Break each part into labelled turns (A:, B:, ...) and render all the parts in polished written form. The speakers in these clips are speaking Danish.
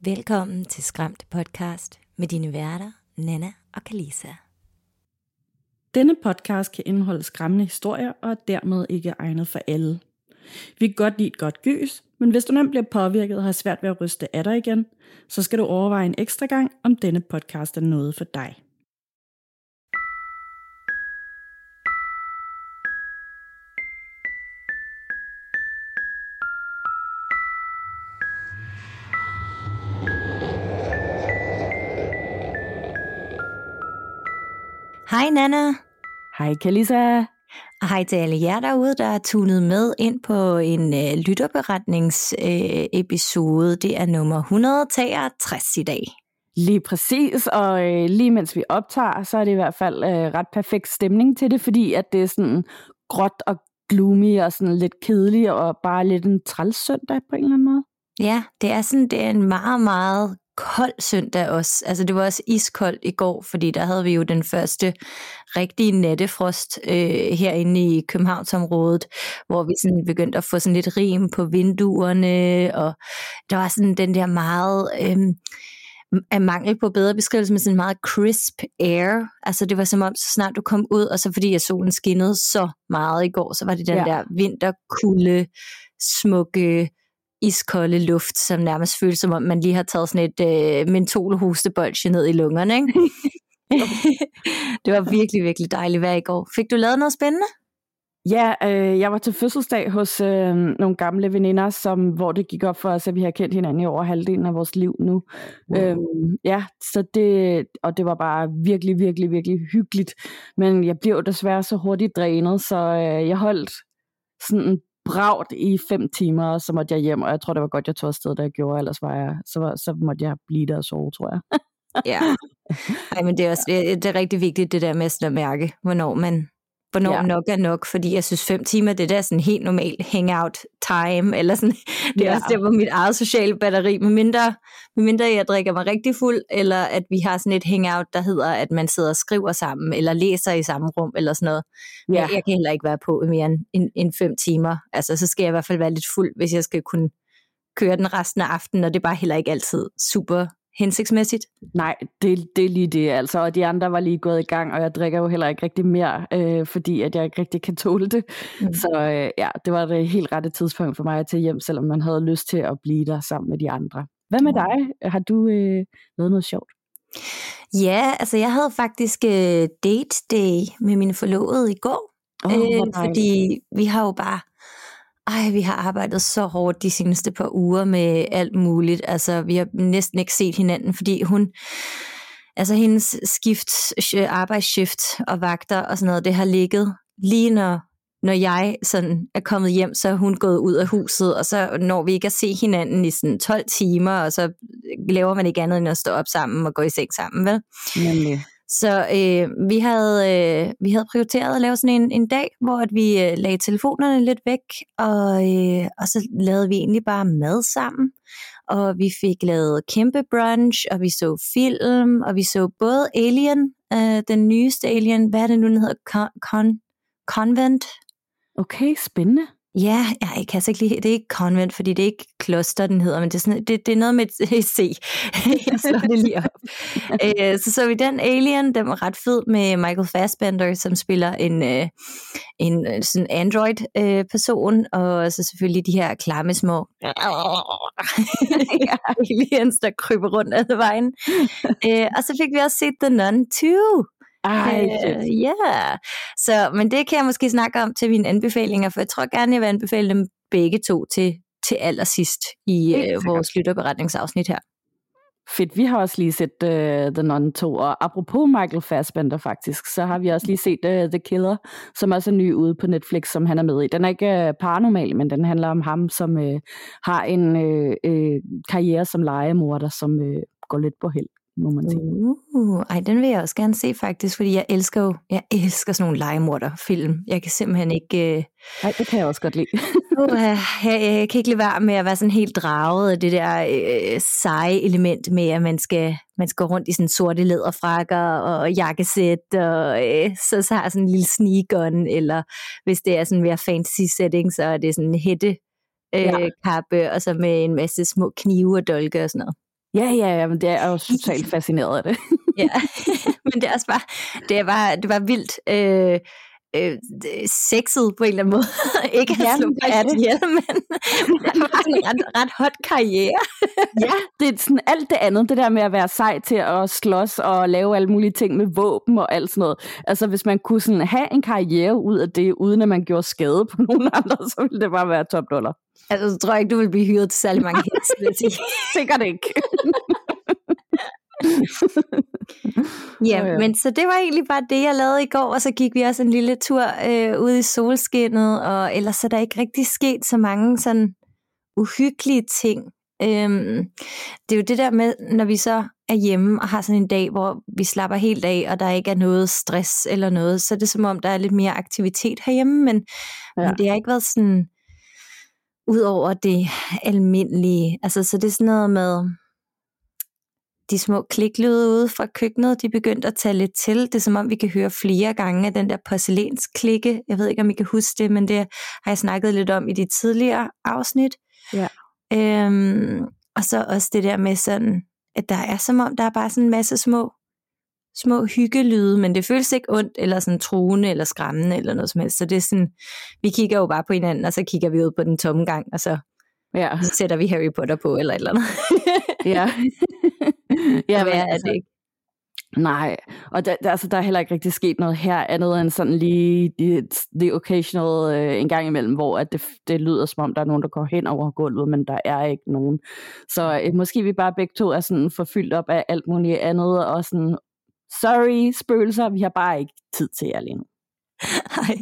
A: Velkommen til Skræmt Podcast med dine værter, Nana og Kalisa.
B: Denne podcast kan indeholde skræmmende historier og er dermed ikke egnet for alle. Vi kan godt lide et godt gys, men hvis du nemt bliver påvirket og har svært ved at ryste af dig igen, så skal du overveje en ekstra gang, om denne podcast er noget for dig.
A: Hej Nana.
B: Hej Kalisa.
A: Og hej til alle jer derude, der er tunet med ind på en lytterberetningsepisode. Det er nummer 163 i dag.
B: Lige præcis, og lige mens vi optager, så er det i hvert fald ret perfekt stemning til det, fordi at det er sådan gråt og gloomy og sådan lidt kedeligt og bare lidt en træls søndag på en eller anden måde.
A: Ja, det er en meget, meget kold søndag også. Altså det var også iskoldt i går, fordi der havde vi jo den første rigtige nattefrost herinde i Københavnsområdet, hvor vi sådan begyndte at få sådan lidt rim på vinduerne, og der var sådan den der meget af mangel på bedre beskrivelse, med sådan meget crisp air. Altså det var som om, så snart du kom ud, og så fordi at solen skinnede så meget i går, så var det den der vinterkulde, smukke, iskolde luft, som nærmest føles som om, man lige har taget sådan et mentolhostebolsje ned i lungerne, ikke? Det var virkelig, virkelig dejligt vejr i går. Fik du lavet noget spændende?
B: Ja, jeg var til fødselsdag hos nogle gamle veninder, hvor det gik op for os, at vi har kendt hinanden i over halvdelen af vores liv nu. Wow. Så det var bare virkelig, virkelig, virkelig hyggeligt. Men jeg blev desværre så hurtigt drænet, så jeg holdt sådan bragt i 5 timer, og så måtte jeg hjem, og jeg tror, det var godt, jeg tog afsted, da jeg gjorde, ellers så måtte jeg blive der og sove, tror jeg.
A: Ja, ej, men det er også det er rigtig vigtigt, det der med at mærke, hvornår nok er nok, fordi jeg synes 5 timer, det er sådan helt normal hangout time, eller sådan, det er også der, hvor mit eget sociale batteri, medmindre jeg drikker mig rigtig fuld, eller at vi har sådan et hangout, der hedder, at man sidder og skriver sammen, eller læser i samme rum, eller sådan noget. Ja. Jeg kan heller ikke være på mere end 5 timer, altså så skal jeg i hvert fald være lidt fuld, hvis jeg skal kunne køre den resten af aftenen, og det er bare heller ikke altid super hensigtsmæssigt.
B: Nej, det er lige det altså, og de andre var lige gået i gang, og jeg drikker jo heller ikke rigtig mere, fordi at jeg ikke rigtig kan tåle det. Så det var det helt rette tidspunkt for mig at tage hjem, selvom man havde lyst til at blive der sammen med de andre. Hvad med dig? Har du lavet noget sjovt?
A: Ja, altså jeg havde faktisk date day med mine forlovede i går, fordi vi har jo bare vi har arbejdet så hårdt de seneste par uger med alt muligt. Altså, vi har næsten ikke set hinanden, fordi hendes arbejdsskift og vagter og sådan noget, det har ligget lige når jeg sådan er kommet hjem, så er hun gået ud af huset, og så når vi ikke at se hinanden i sådan 12 timer, og så laver man ikke andet end at stå op sammen og gå i seng sammen, vel?
B: Nemlig.
A: Så vi havde prioriteret at lave sådan en dag, hvor at vi lagde telefonerne lidt væk, og så lavede vi egentlig bare mad sammen, og vi fik lavet kæmpe brunch, og vi så film, og vi så både Alien, den nyeste Alien, hvad er det nu, den hedder? Convent.
B: Okay, spændende.
A: Ja, jeg kan altså ikke lide, det er ikke Convent, fordi det er ikke kloster, den hedder, men det er, sådan, det er noget med et C. Jeg slår det lige op. Så vi den Alien, den var ret fed med Michael Fassbender, som spiller en sådan Android-person, og så selvfølgelig de her klamme små aliens, der kryber rundt ad vejen. Og så fik vi også set The Nun 2. Så, men det kan jeg måske snakke om til mine anbefalinger, for jeg tror gerne, jeg vil anbefale dem begge to til allersidst i vores lytterberetningsafsnit her.
B: Fedt, vi har også lige set The Nun 2, og apropos Michael Fassbender faktisk, så har vi også lige set The Killer, som også er ny ude på Netflix, som han er med i. Den er ikke paranormal, men den handler om ham, som har en karriere som lejemorder, som går lidt på held, må man sige.
A: Den vil jeg også gerne se faktisk, fordi jeg elsker sådan nogle lejemorderfilm. Jeg kan simpelthen ikke...
B: Nej, det kan jeg også godt lide.
A: Jeg kan ikke lade være med at være sådan helt draget af det der seje element med, at man skal gå rundt i sådan sorte læderfrakker og jakkesæt, og så har sådan en lille sneakgun, eller hvis det er sådan mere fantasy setting, så er det sådan en hætte kappe, og så med en masse små knive og dolke og sådan noget.
B: Ja, men det er jo totalt fascineret af det.
A: Ja, men det er også bare, det var vildt sexet på en eller anden måde. Ikke at slå folk ihjel, men det var en ret hot karriere.
B: Ja, det er sådan alt det andet, det der med at være sej til at slås og lave alle mulige ting med våben og alt sådan noget. Altså hvis man kunne sådan have en karriere ud af det, uden at man gjorde skade på nogen andre, så ville det bare være top-dollar.
A: Altså, så tror jeg ikke, du vil blive hyret til særlig mange hits.
B: Sikkert ikke.
A: Ja, men så det var egentlig bare det, jeg lavede i går, og så gik vi også en lille tur ud i solskinnet, og ellers er der ikke rigtig sket så mange sådan uhyggelige ting. Det er jo det der med, når vi så er hjemme og har sådan en dag, hvor vi slapper helt af, og der ikke er noget stress eller noget, så er det som om, der er lidt mere aktivitet herhjemme, men det har ikke været sådan ud over det almindelige. Altså, så det er sådan noget med de små kliklyde ude fra køkkenet, de begyndte at tage lidt til. Det er som om, vi kan høre flere gange af den der porcelænsklikke. Jeg ved ikke, om I kan huske det, men det har jeg snakket lidt om i de tidligere afsnit.
B: Ja.
A: Og så også det der med sådan, at der er som om, der er bare sådan en masse små hyggelyde, men det føles ikke ondt, eller sådan truende, eller skræmmende, eller noget som helst. Så det er sådan, vi kigger jo bare på hinanden, og så kigger vi ud på den tomme gang, og så sætter vi Harry Potter på, eller et eller andet.
B: Ja.
A: Ja, hvad er det ikke?
B: Nej, og der er heller ikke rigtig sket noget her, andet end sådan lige the occasional en gang imellem, hvor at det lyder som om, der er nogen, der går hen over gulvet, men der er ikke nogen. Så måske vi bare begge to er sådan forfyldt op af alt muligt andet, og sådan, sorry spøgelser, vi har bare ikke tid til jer lige nu.
A: Nej,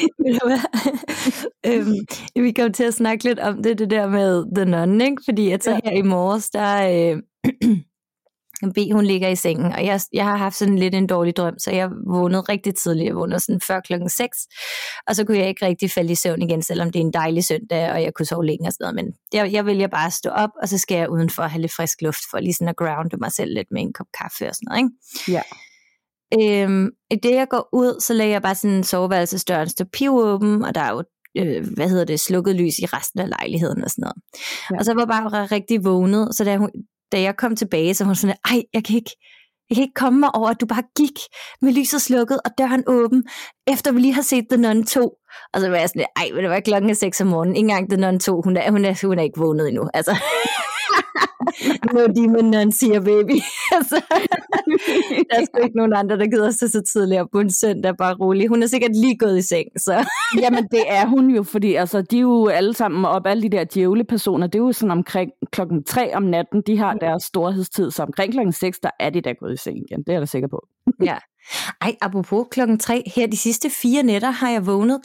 A: vi kom til at snakke lidt om det der med The Nun, ikke? Fordi at så her i morges, der B, hun ligger i sengen, og jeg har haft sådan lidt en dårlig drøm, så jeg vågnede rigtig tidligt. Jeg vågnede sådan før 6, og så kunne jeg ikke rigtig falde i søvn igen, selvom det er en dejlig søndag, og jeg kunne sove længe og sådan noget. Men jeg vælger bare at stå op, og så skal jeg udenfor have lidt frisk luft, for lige sådan at grounde mig selv lidt med en kop kaffe og sådan noget, ikke?
B: Ja.
A: I det jeg går ud, så lægger jeg bare sådan en soveværelsesdøren stå pivåben, og der er jo slukket lys i resten af lejligheden og sådan noget. Ja. Og så var jeg bare rigtig vågnet, så da jeg kom tilbage, så hun sådan, jeg kan ikke komme mig over, at du bare gik med lyset slukket og døren åben, efter vi lige har set The Nun 2. Og så var jeg sådan, men det var klokken 6 om morgenen, ikke engang The Nun 2, hun er ikke vågnet endnu, altså. No demon nun, siger baby. Altså, der er sgu ikke nogen andre, der gider stå så tidligt op på en søndag, bare rolig. Hun er sikkert lige gået i seng, så.
B: Jamen det er hun jo, fordi altså, de er jo alle sammen op, alle de der djævlepersoner, det er jo sådan omkring 3 om natten, de har deres storhedstid, så omkring 6, der er de der gået i seng igen, det er jeg da sikker på.
A: Ja. Apropos 3, her de sidste 4 nætter har jeg vågnet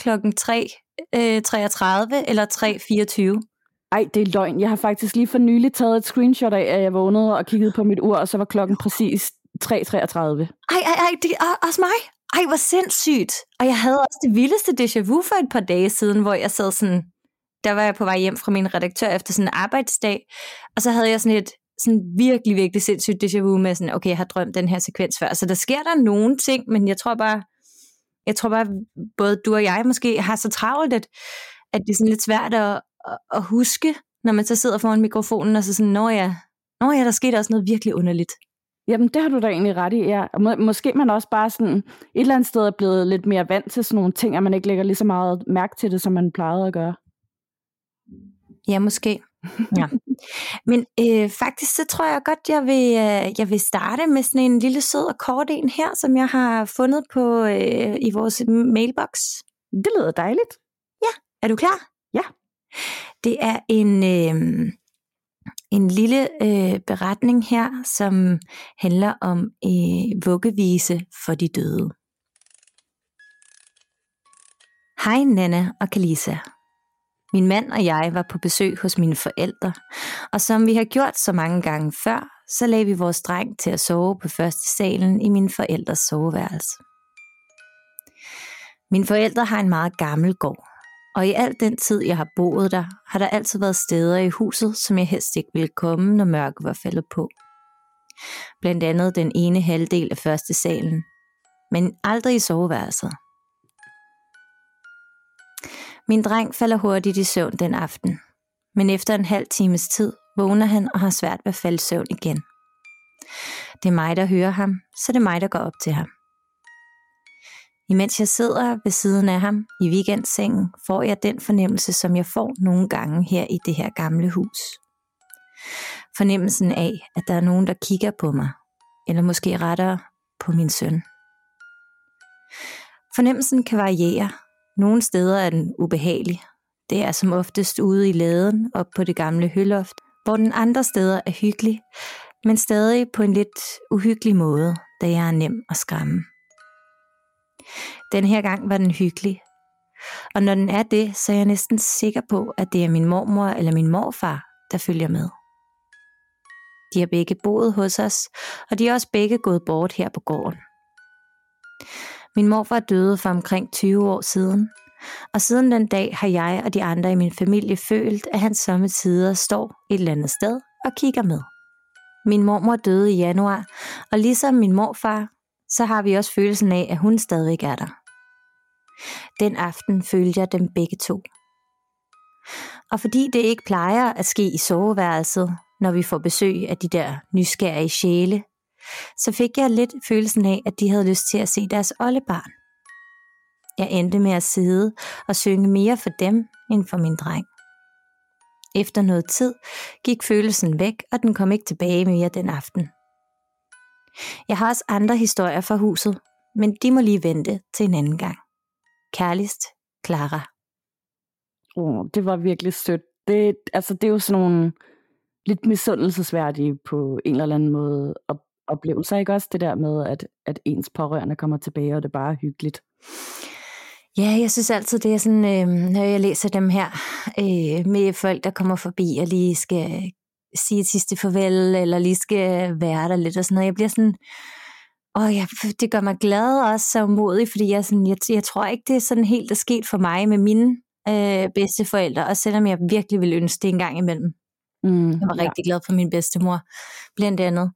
A: 3:33 eller 3:24.
B: Det er løgn. Jeg har faktisk lige for nylig taget et screenshot af, at jeg vågnede og kiggede på mit ur, og så var klokken præcis 3:33.
A: Det er også mig. Hvor sindssygt. Og jeg havde også det vildeste déjà vu for et par dage siden, hvor jeg sad sådan, der var jeg på vej hjem fra min redaktør efter sådan en arbejdsdag, og så havde jeg sådan et virkelig, virkelig sindssygt déjà vu med sådan, okay, jeg har drømt den her sekvens før. Så der sker der nogle ting, men jeg tror bare, både du og jeg måske har så travlt, at det er sådan lidt svært at huske, når man så sidder foran mikrofonen, og så sådan, nå ja, der skete også noget virkelig underligt.
B: Jamen, det har du da egentlig ret i, ja. Måske man også bare sådan et eller andet sted er blevet lidt mere vant til sådan nogle ting, at man ikke lægger lige så meget mærke til det, som man plejede at gøre.
A: Ja, måske. Ja. Men faktisk så tror jeg godt, jeg vil starte med sådan en lille sød og kort en her, som jeg har fundet på i vores mailbox.
B: Det lyder dejligt.
A: Ja, er du klar?
B: Ja.
A: Det er en lille beretning her, som handler om vuggevise for de døde. Hej Nana og Kalisa. Min mand og jeg var på besøg hos mine forældre, og som vi har gjort så mange gange før, så lagde vi vores dreng til at sove på første salen i mine forældres soveværelse. Mine forældre har en meget gammel gård, og i al den tid, jeg har boet der, har der altid været steder i huset, som jeg helst ikke ville komme, når mørket var faldet på. Blandt andet den ene halvdel af første salen, men aldrig i soveværelset. Min dreng falder hurtigt i søvn den aften, men efter en halv times tid vågner han og har svært ved at falde i søvn igen. Det er mig, der hører ham, så det er mig, der går op til ham. Imens jeg sidder ved siden af ham i weekendsengen, får jeg den fornemmelse, som jeg får nogle gange her i det her gamle hus. Fornemmelsen af, at der er nogen, der kigger på mig, eller måske rettere på min søn. Fornemmelsen kan variere. Nogle steder er den ubehagelig. Det er som oftest ude i laden op på det gamle høloft, hvor den andre steder er hyggelig, men stadig på en lidt uhyggelig måde, da jeg er nem at skræmme. Den her gang var den hyggelig, og når den er det, så er jeg næsten sikker på, at det er min mormor eller min morfar, der følger med. De har begge boet hos os, og de er også begge gået bort her på gården. Min morfar døde for omkring 20 år siden, og siden den dag har jeg og de andre i min familie følt, at han sommetider står et eller andet sted og kigger med. Min mormor døde i januar, og ligesom min morfar, så har vi også følelsen af, at hun stadigvæk er der. Den aften følte jeg dem begge to. Og fordi det ikke plejer at ske i soveværelset, når vi får besøg af de der nysgerrige sjæle, så fik jeg lidt følelsen af, at de havde lyst til at se deres oldebarn. Jeg endte med at sidde og synge mere for dem end for min dreng. Efter noget tid gik følelsen væk, og den kom ikke tilbage mere den aften. Jeg har også andre historier fra huset, men de må lige vente til en anden gang. Kærligst, Clara.
B: Det var virkelig sødt. Det er jo sådan nogle lidt misundelsesværdige på en eller anden måde oplevelser, ikke også? Det der med, at ens pårørende kommer tilbage, og det bare er hyggeligt.
A: Ja, jeg synes altid, det er sådan, når jeg læser dem her, med folk, der kommer forbi og lige skal sige et sidste farvel, eller lige skal være der lidt og sådan noget. Jeg bliver sådan, det gør mig glad og også så modig, fordi jeg tror ikke, det er sådan helt, der sket for mig med mine bedsteforældre, og selvom jeg virkelig ville ønske det en gang imellem. Jeg var rigtig glad for min bedstemor, blandt andet.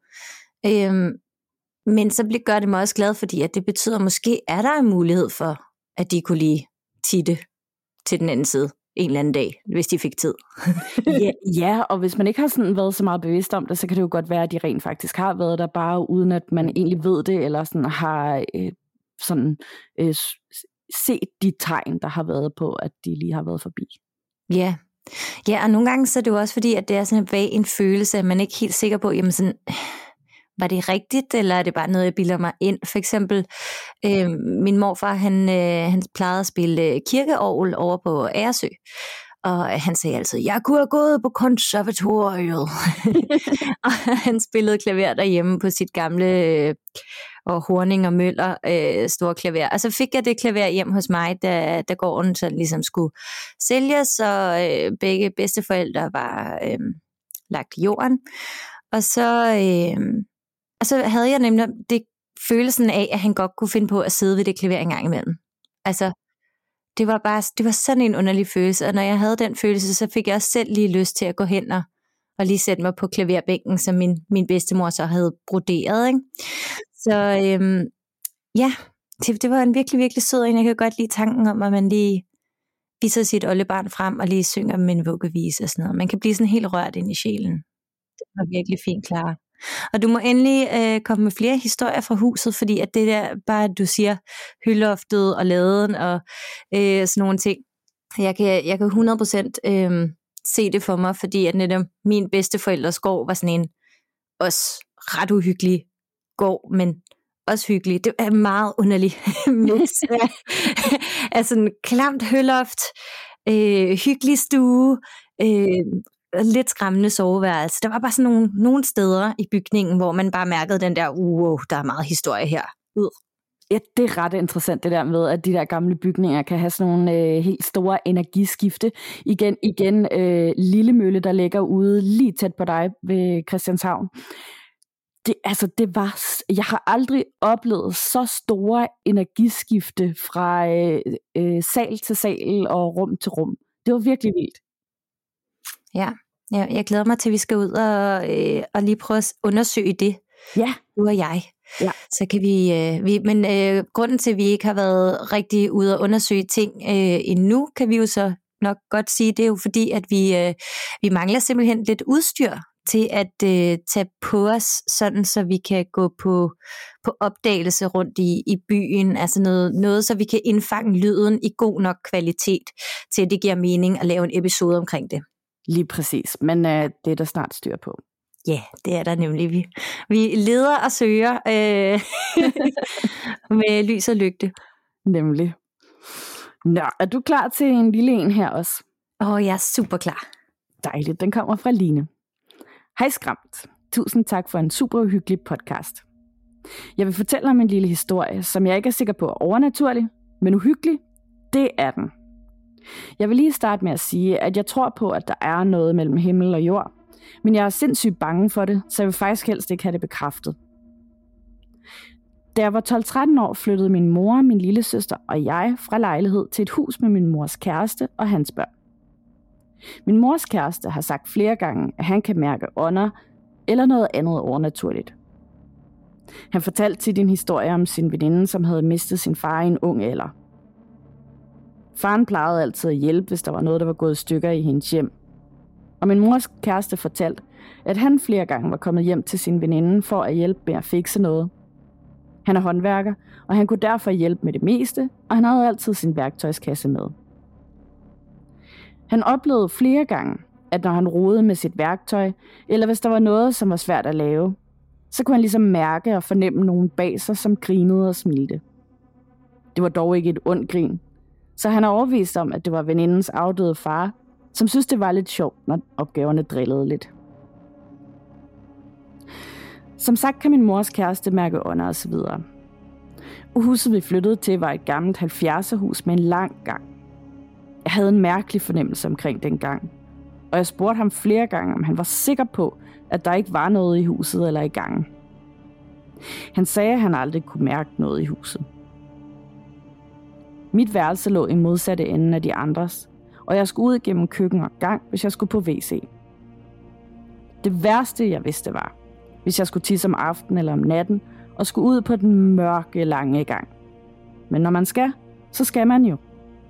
A: Men så gør det mig også glad, fordi at det betyder, måske er der en mulighed for, at de kunne lige titte til den anden side en eller anden dag, hvis de fik tid.
B: Ja, og hvis man ikke har sådan været så meget bevidst om det, så kan det jo godt være, at de rent faktisk har været der, bare uden at man egentlig ved det, eller sådan har set de tegn, der har været på, at de lige har været forbi.
A: Ja, og nogle gange så er det jo også fordi, at det er sådan en følelse, at man ikke er helt sikker på, jamen sådan, var det rigtigt, eller er det bare noget, jeg bilder mig ind? For eksempel, min morfar, han plejede at spille kirkeorgel over på Agersø, og han sagde altid, jeg kunne have gået på konservatoriet. Og han spillede klaver derhjemme på sit gamle og Horning og Møller store klaver. Og så fik jeg det klaver hjem hos mig, da gården så ligesom skulle sælges, og begge bedsteforældre var lagt i jorden. Og så havde jeg nemlig det følelsen af, at han godt kunne finde på at sidde ved det klaver en gang imellem. Altså, det var sådan en underlig følelse, og når jeg havde den følelse, så fik jeg også selv lige lyst til at gå hen og lige sætte mig på klaverbænken, som min bedstemor så havde broderet, ikke? Så det var en virkelig, virkelig sød en. Jeg kan godt lide tanken om, at man lige viser sit oldebarn frem og lige synger med en vuggevise og sådan noget. Man kan blive sådan helt rørt ind i sjælen. Det var virkelig fint, Clara. Og du må endelig komme med flere historier fra huset, fordi at det der, bare du siger, høloftet og laden og sådan nogle ting. Jeg kan 100% se det for mig, fordi at netop min bedsteforældres gård var sådan en også ret uhyggelig gård, men også hyggelig. Det er meget underligt mix af sådan klamt høloft, hyggelig stue, lidt skræmmende soveværelse. Der var bare sådan nogle steder i bygningen, hvor man bare mærkede den der, der er meget historie her.
B: Ja, det er ret interessant det der med, at de der gamle bygninger kan have sådan nogle helt store energiskifte. Igen Lille Mølle, der ligger ude lige tæt på dig ved Christianshavn. Jeg har aldrig oplevet så store energiskifte fra sal til sal og rum til rum. Det var virkelig vildt.
A: Ja, jeg glæder mig til, at vi skal ud og lige prøve at undersøge det.
B: Ja.
A: Du og jeg.
B: Ja.
A: Så kan men grunden til, at vi ikke har været rigtig ude og undersøge ting endnu, kan vi jo så nok godt sige, det er jo fordi, at vi mangler simpelthen lidt udstyr til at tage på os, sådan så vi kan gå på opdagelse rundt i byen, altså noget, så vi kan indfange lyden i god nok kvalitet, til at det giver mening at lave en episode omkring det.
B: Lige præcis, men det er der snart styr på.
A: Ja, det er der nemlig. Vi leder og søger med lys og lygte.
B: Nemlig. Nå, er du klar til en lille en her også?
A: Jeg er super klar.
B: Dejligt, den kommer fra Line. Hej Skræmt. Tusind tak for en super uhyggelig podcast. Jeg vil fortælle om en lille historie, som jeg ikke er sikker på er overnaturlig, men uhyggelig, det er den. Jeg vil lige starte med at sige, at jeg tror på, at der er noget mellem himmel og jord, men jeg er sindssygt bange for det, så jeg vil faktisk helst ikke have det bekræftet. Da jeg var 12-13 år, flyttede min mor, min lillesøster og jeg fra lejlighed til et hus med min mors kæreste og hans børn. Min mors kæreste har sagt flere gange, at han kan mærke ånder eller noget andet overnaturligt. Han fortalte tit en historie om sin veninde, som havde mistet sin far i en ung alder. Faren plejede altid at hjælpe, hvis der var noget, der var gået i stykker i hendes hjem. Og min mors kæreste fortalte, at han flere gange var kommet hjem til sin veninde for at hjælpe med at fikse noget. Han er håndværker, og han kunne derfor hjælpe med det meste, og han havde altid sin værktøjskasse med. Han oplevede flere gange, at når han rodede med sit værktøj, eller hvis der var noget, som var svært at lave, så kunne han ligesom mærke og fornemme nogen bag sig, som grinede og smilte. Det var dog ikke et ondt grin, så han er overbevist om, at det var venindens afdøde far, som synes det var lidt sjovt, når opgaverne drillede lidt. Som sagt kan min mors kæreste mærke ånder og så videre. Huset vi flyttede til var et gammelt 70'er-hus med en lang gang. Jeg havde en mærkelig fornemmelse omkring den gang, og jeg spurgte ham flere gange, om han var sikker på, at der ikke var noget i huset eller i gangen. Han sagde, at han aldrig kunne mærke noget i huset. Mit værelse lå i modsatte ende af de andres, og jeg skulle ud gennem køkken og gang, hvis jeg skulle på WC. Det værste, jeg vidste, var, hvis jeg skulle tisse om aftenen eller om natten, og skulle ud på den mørke, lange gang. Men når man skal, så skal man jo.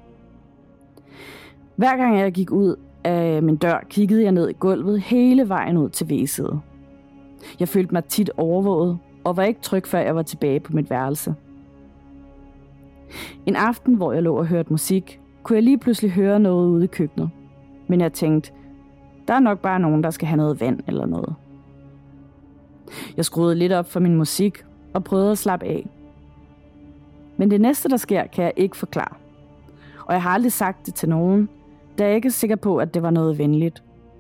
B: Hver gang jeg gik ud af min dør, kiggede jeg ned i gulvet hele vejen ud til WC'et. Jeg følte mig tit overvåget, og var ikke tryg, før jeg var tilbage på mit værelse. En aften, hvor jeg lå og hørte musik, kunne jeg lige pludselig høre noget ude i køkkenet. Men jeg tænkte, der er nok bare nogen, der skal have noget vand eller noget. Jeg skruede lidt op for min musik og prøvede at slappe af. Men det næste, der sker, kan jeg ikke forklare. Og jeg har aldrig sagt det til nogen, da jeg ikke er sikker på, at det var noget venligt.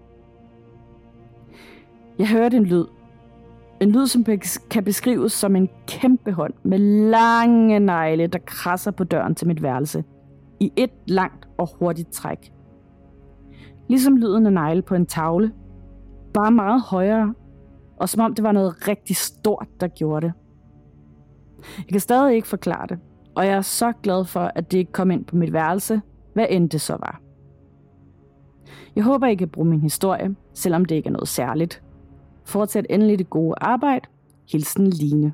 B: Jeg hørte en lyd. En lyd, som kan beskrives som en kæmpe hånd med lange negle, der krasser på døren til mit værelse. I et langt og hurtigt træk. Ligesom lyden af negle på en tavle. Bare meget højere. Og som om det var noget rigtig stort, der gjorde det. Jeg kan stadig ikke forklare det. Og jeg er så glad for, at det ikke kom ind på mit værelse, hvad end det så var. Jeg håber, I kan bruge min historie, selvom det ikke er noget særligt. Fortsæt endelig det gode arbejde. Hilsen Line.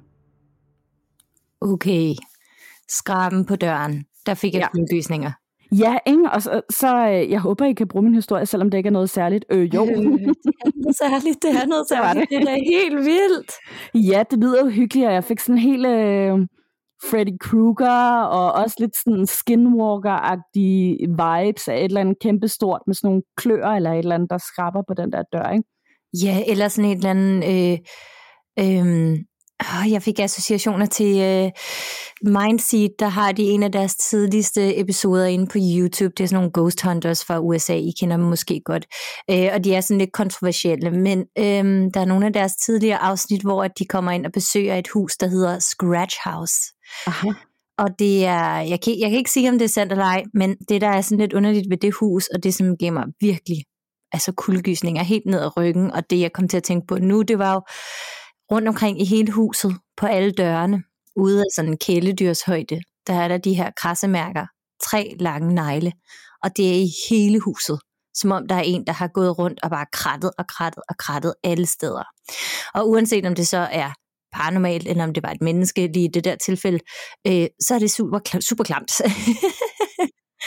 A: Okay. Skraben på døren. Der fik jeg lysninger.
B: Ja, og så jeg håber, I kan bruge min historie, selvom det ikke er noget særligt. Jo.
A: Det er noget særligt. Det er noget særligt. Det er da helt vildt.
B: Ja, det lyder jo hyggeligt, og jeg fik sådan helt Freddy Krueger, og også lidt sådan Skinwalker-agtige vibes af et eller andet kæmpestort med sådan nogle kløer, eller et eller andet, der skraber på den der dør, ikke?
A: Ja, eller sådan et eller andet... jeg fik associationer til Mindseed, der har de en af deres tidligste episoder inde på YouTube. Det er sådan nogle ghost hunters fra USA, I kender dem måske godt. Og de er sådan lidt kontroversielle, men der er nogle af deres tidligere afsnit, hvor de kommer ind og besøger et hus, der hedder Scratch House.
B: Aha.
A: Og det er, jeg kan ikke sige, om det er sandt eller ej, men det, der er sådan lidt underligt ved det hus, og det som giver mig virkelig kuldegysninger helt ned ad ryggen, og det jeg kom til at tænke på nu, det var jo rundt omkring i hele huset, på alle dørene, ude af sådan en kæledyrshøjde, der er der de her krassemærker, 3 lange negle, og det er i hele huset, som om der er en, der har gået rundt og bare krattet alle steder. Og uanset om det så er paranormalt, eller om det var et menneske lige i det der tilfælde, så er det super klamt.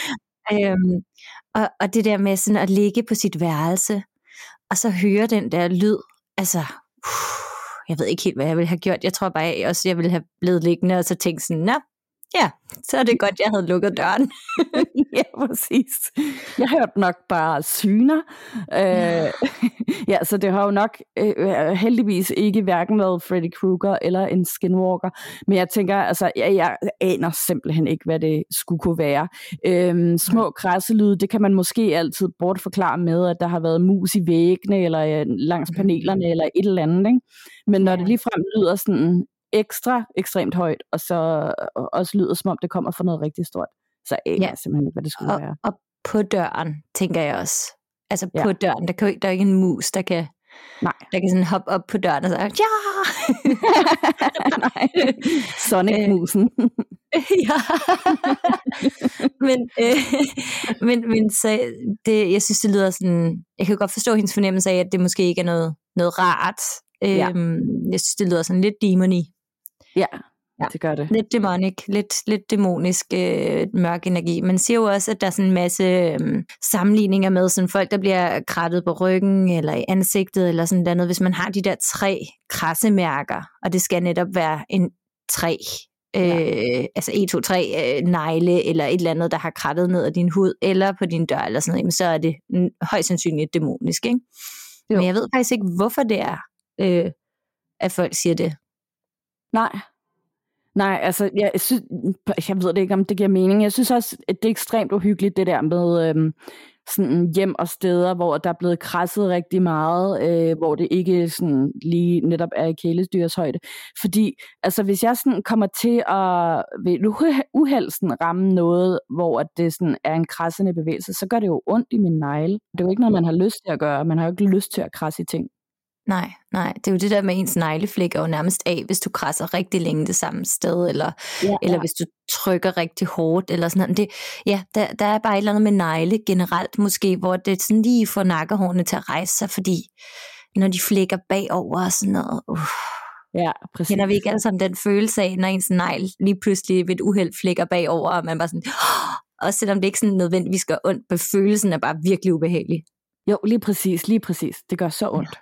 A: Og det der med sådan at ligge på sit værelse, og så høre den der lyd, altså, jeg ved ikke helt, hvad jeg ville have gjort. Jeg tror bare, jeg ville have blevet liggende, og så tænkt sådan, nå, ja, så er det godt, jeg havde lukket døren.
B: Ja, præcis. Jeg hørte nok bare syner. Ja, så det har jo nok heldigvis ikke hverken været Freddy Krueger eller en skinwalker. Men jeg tænker, altså, jeg aner simpelthen ikke, hvad det skulle kunne være. Små krasselyde, det kan man måske altid bortforklare med, at der har været mus i væggene, eller langs panelerne, eller et eller andet, ikke? Men når det ligefrem lyder sådan ekstremt højt, og så også lyder, som om det kommer fra noget rigtig stort, så aner jeg simpelthen ikke, hvad det skulle være. Og
A: på døren, tænker jeg også. Altså på døren, der er ikke en mus, der kan sådan hoppe op på døren og sige, ja!
B: Nej, Sonic-musen.
A: Ja. men så jeg synes, det lyder sådan, jeg kan godt forstå hendes fornemmelse af, at det måske ikke er noget rart. Jeg synes, det lyder sådan lidt demony.
B: Ja, det gør det.
A: Lidt demonic, lidt dæmonisk mørk energi. Man siger jo også, at der er sådan en masse sammenligninger med sådan folk, der bliver krattet på ryggen eller i ansigtet eller sådan noget. Hvis man har de der 3 krassemærker, og det skal netop være en 3, altså 1, 2, 3 negle eller et eller andet, der har krattet ned af din hud eller på din dør eller sådan noget, så er det højst sandsynligt dæmonisk, ikke? Jo. Men jeg ved faktisk ikke, hvorfor det er, at folk siger det.
B: Nej, altså, jeg ved det ikke, om det giver mening. Jeg synes også, at det er ekstremt uhyggeligt, det der med sådan hjem og steder, hvor der er blevet kradset rigtig meget, hvor det ikke sådan lige netop er i kæledyrs højde. Fordi, altså, hvis jeg sådan kommer til at ved uhelsen ramme noget, hvor det sådan er en kradsende bevægelse, så gør det jo ondt i min negle. Det er jo ikke noget, man har lyst til at gøre. Man har jo ikke lyst til at krasse i ting.
A: Nej, det er jo det der med ens negleflækker jo nærmest af, hvis du krasser rigtig længe det samme sted, eller hvis du trykker rigtig hårdt, eller sådan noget. Der er bare et eller andet med negle generelt måske, hvor det sådan lige får nakkehårene til at rejse sig, fordi når de flækker bagover og sådan noget,
B: Ja, præcis.
A: Kender vi ikke alle sammen den følelse af, når ens negl lige pludselig ved et uheld flækker bagover, og man bare sådan, også selvom det ikke sådan nødvendigvis gør ondt, men følelsen er bare virkelig ubehagelig.
B: Jo, lige præcis. Det gør så ondt.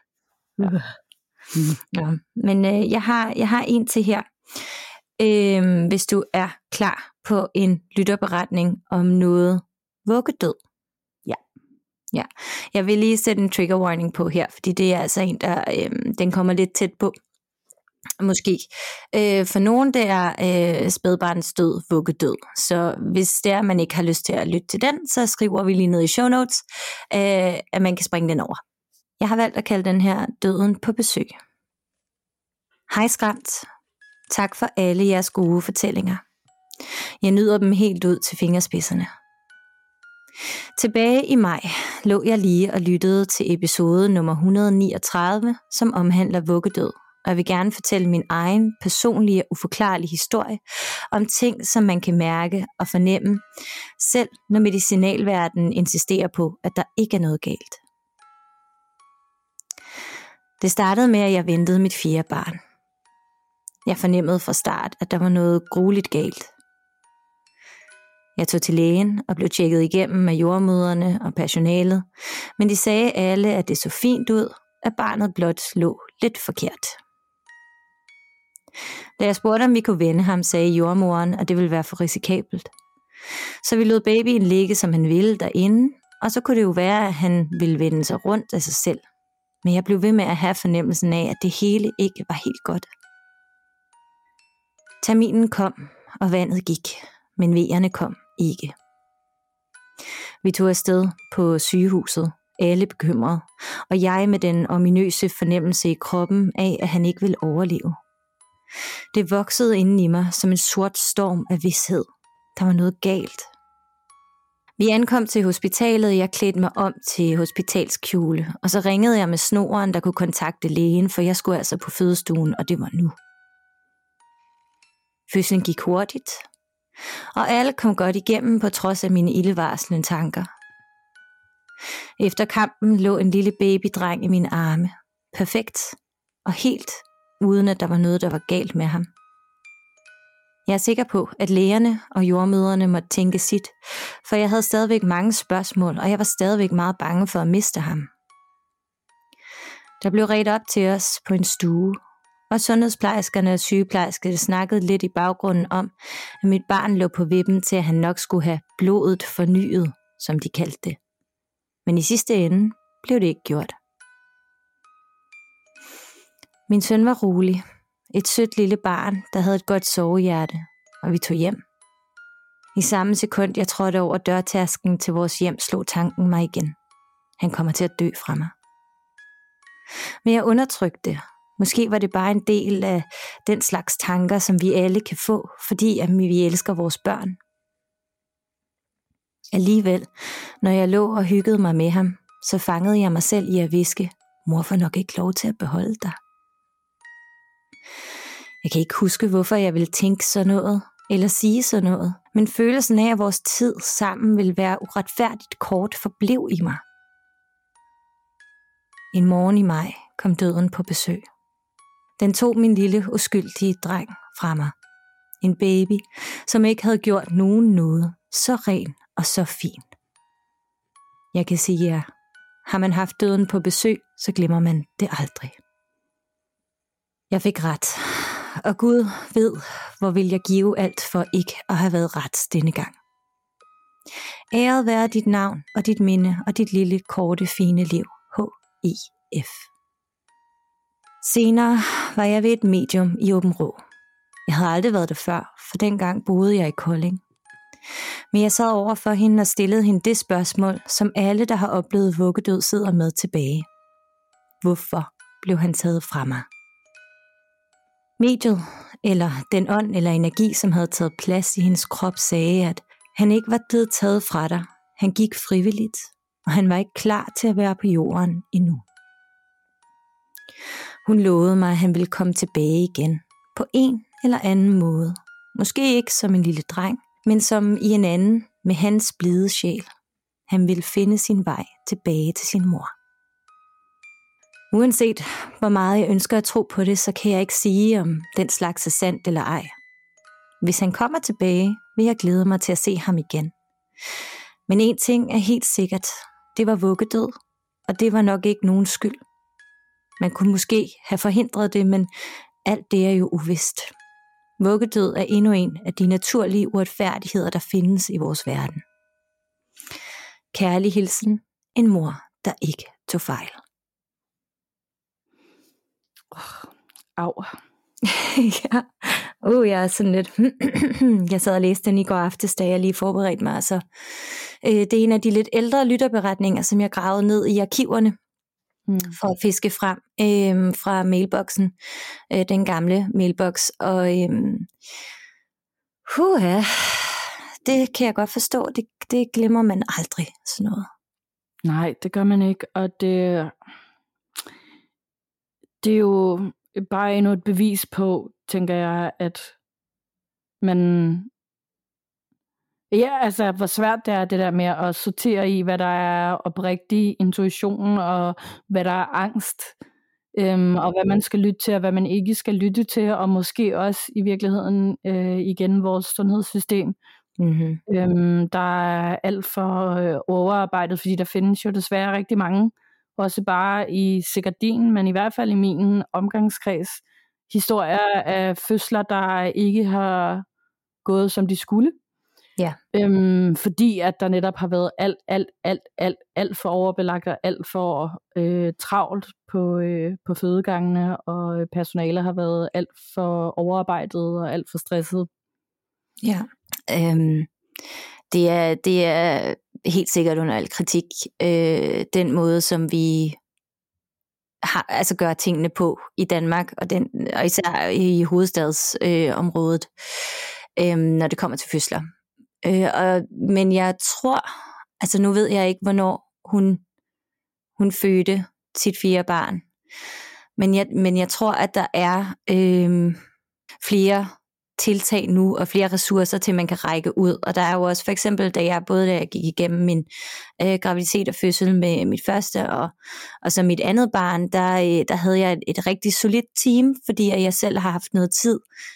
A: Ja. Men jeg har en til her. Hvis du er klar på en lytterberetning om noget vuggedød. Ja. Jeg vil lige sætte en trigger warning på her, fordi det er altså en, der den kommer lidt tæt på. Måske. For nogen det er spædbarns død, vuggedød. Så hvis det er, man ikke har lyst til at lytte til den, så skriver vi lige ned i show notes, at man kan springe den over. Jeg har valgt at kalde den her døden på besøg. Hej Skræmt. Tak for alle jeres gode fortællinger. Jeg nyder dem helt ud til fingerspidserne. Tilbage i maj lå jeg lige og lyttede til episode nummer 139, som omhandler vuggedød. Og jeg vil gerne fortælle min egen personlige og uforklarlige historie om ting, som man kan mærke og fornemme, selv når medicinalverdenen insisterer på, at der ikke er noget galt. Det startede med, at jeg ventede mit 4. barn. Jeg fornemmede fra start, at der var noget grueligt galt. Jeg tog til lægen og blev tjekket igennem af jordemødrene og personalet, men de sagde alle, at det så fint ud, at barnet blot lå lidt forkert. Da jeg spurgte, om vi kunne vende ham, sagde jordemoderen, at det ville være for risikabelt. Så vi lod babyen ligge, som han ville derinde, og så kunne det jo være, at han ville vende sig rundt af sig selv. Men jeg blev ved med at have fornemmelsen af, at det hele ikke var helt godt. Terminen kom, og vandet gik, men vejerne kom ikke. Vi tog afsted på sygehuset, alle bekymrede, og jeg med den ominøse fornemmelse i kroppen af, at han ikke ville overleve. Det voksede inden i mig som en sort storm af vished. Der var noget galt. Vi ankom til hospitalet, jeg klædte mig om til hospitalskjole, og så ringede jeg med snoren, der kunne kontakte lægen, for jeg skulle altså på fødestuen, og det var nu. Fødslen gik hurtigt, og alle kom godt igennem på trods af mine ildevarslende tanker. Efter kampen lå en lille babydreng i mine arme, perfekt og helt uden at der var noget, der var galt med ham. Jeg er sikker på, at lægerne og jordmødrene måtte tænke sit, for jeg havde stadigvæk mange spørgsmål, og jeg var stadigvæk meget bange for at miste ham. Der blev redt op til os på en stue, og sundhedsplejerskerne og sygeplejerskerne snakkede lidt i baggrunden om, at mit barn lå på vippen til, at han nok skulle have blodet fornyet, som de kaldte det. Men i sidste ende blev det ikke gjort. Min søn var rolig. Et sødt lille barn, der havde et godt sovehjerte, og vi tog hjem. I samme sekund, jeg trådte over dørtærsken til vores hjem, slog tanken mig igen. Han kommer til at dø fra mig. Men jeg undertrykte det. Måske var det bare en del af den slags tanker, som vi alle kan få, fordi at vi elsker vores børn. Alligevel, når jeg lå og hyggede mig med ham, så fangede jeg mig selv i at hviske, mor får nok ikke lov til at beholde dig. Jeg kan ikke huske, hvorfor jeg ville tænke sådan noget, eller sige sådan noget, men følelsen af, at vores tid sammen ville være uretfærdigt kort, forblev i mig. En morgen i maj kom døden på besøg. Den tog min lille, uskyldige dreng fra mig. En baby, som ikke havde gjort nogen noget, så ren og så fin. Jeg kan sige jer, har man haft døden på besøg, så glemmer man det aldrig. Jeg fik ret, og Gud ved, hvor vil jeg give alt for ikke at have været ret denne gang. Æret være dit navn og dit minde og dit lille, korte, fine liv. H.I.F. Senere var jeg ved et medium i Aabenraa. Jeg havde aldrig været der før, for dengang boede jeg i Kolding. Men jeg sad over for hende og stillede hende det spørgsmål, som alle, der har oplevet vuggedød, sidder med tilbage. Hvorfor blev han taget fra mig? Mediet, eller den ånd eller energi, som havde taget plads i hendes krop, sagde, at han ikke var blevet taget fra dig. Han gik frivilligt, og han var ikke klar til at være på jorden endnu. Hun lovede mig, at han ville komme tilbage igen, på en eller anden måde. Måske ikke som en lille dreng, men som i en anden med hans blide sjæl. Han ville finde sin vej tilbage til sin mor. Uanset hvor meget jeg ønsker at tro på det, så kan jeg ikke sige, om den slags er sandt eller ej. Hvis han kommer tilbage, vil jeg glæde mig til at se ham igen. Men en ting er helt sikkert. Det var vuggedød, og det var nok ikke nogen skyld. Man kunne måske have forhindret det, men alt det er jo uvist. Vuggedød er endnu en af de naturlige uretfærdigheder, der findes i vores verden. Kærlig hilsen, en mor, der ikke tog fejl.
B: Au.
A: Ja. Jeg er sådan lidt... Jeg sad og læste den i går aftes, da jeg lige forberedte mig. Så, det er en af de lidt ældre lytterberetninger, som jeg gravede ned i arkiverne for at fiske frem fra mailboksen. Den gamle mailbox. Og det kan jeg godt forstå. Det glemmer man aldrig, sådan noget.
B: Nej, det gør man ikke. Og det er jo bare endnu et bevis på, tænker jeg, at man... Ja, altså, hvor svært det er det der med at sortere i, hvad der er oprigtig intuition, og hvad der er angst, og hvad man skal lytte til, og hvad man ikke skal lytte til, og måske også i virkeligheden igen vores sundhedssystem. Der er alt for overarbejdet, fordi der findes jo desværre rigtig mange, også bare i Sikardin, men i hvert fald i min omgangskreds, historier af fødsler, der ikke har gået, som de skulle.
A: Ja.
B: Fordi at der netop har været alt for overbelagt og alt for travlt på fødegangene, og personalet har været alt for overarbejdet og alt for stresset.
A: Ja, det er helt sikkert under al kritik, den måde, som vi gør tingene på i Danmark, og især i hovedstadsområdet, når det kommer til fødsler. Men jeg tror, nu ved jeg ikke, hvornår hun fødte sit 4. barn, men jeg tror, at der er flere tiltag nu, og flere ressourcer til, man kan række ud. Og der er jo også for eksempel, da jeg gik igennem min graviditet og fødsel med mit første, og så mit andet barn, der havde jeg et rigtig solidt team, fordi jeg selv har haft noget tid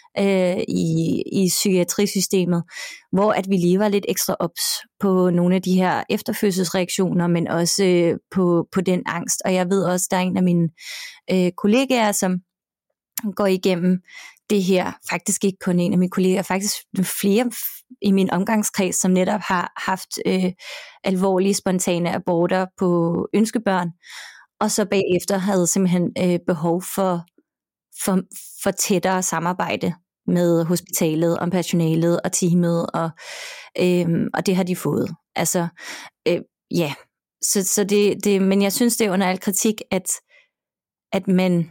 A: i psykiatrisystemet, hvor at vi lige var lidt ekstra ops på nogle af de her efterfødselsreaktioner, men også på den angst. Og jeg ved også, der er en af mine kollegaer, som går igennem det her, faktisk ikke kun en af mine kolleger, faktisk flere i min omgangskreds, som netop har haft alvorlige spontane aborter på ønskebørn, og så bagefter havde simpelthen behov for tættere samarbejde med hospitalet, om personalet og teamet, og det har de fået. Altså, ja. Så det, men jeg synes, det er under al kritik, at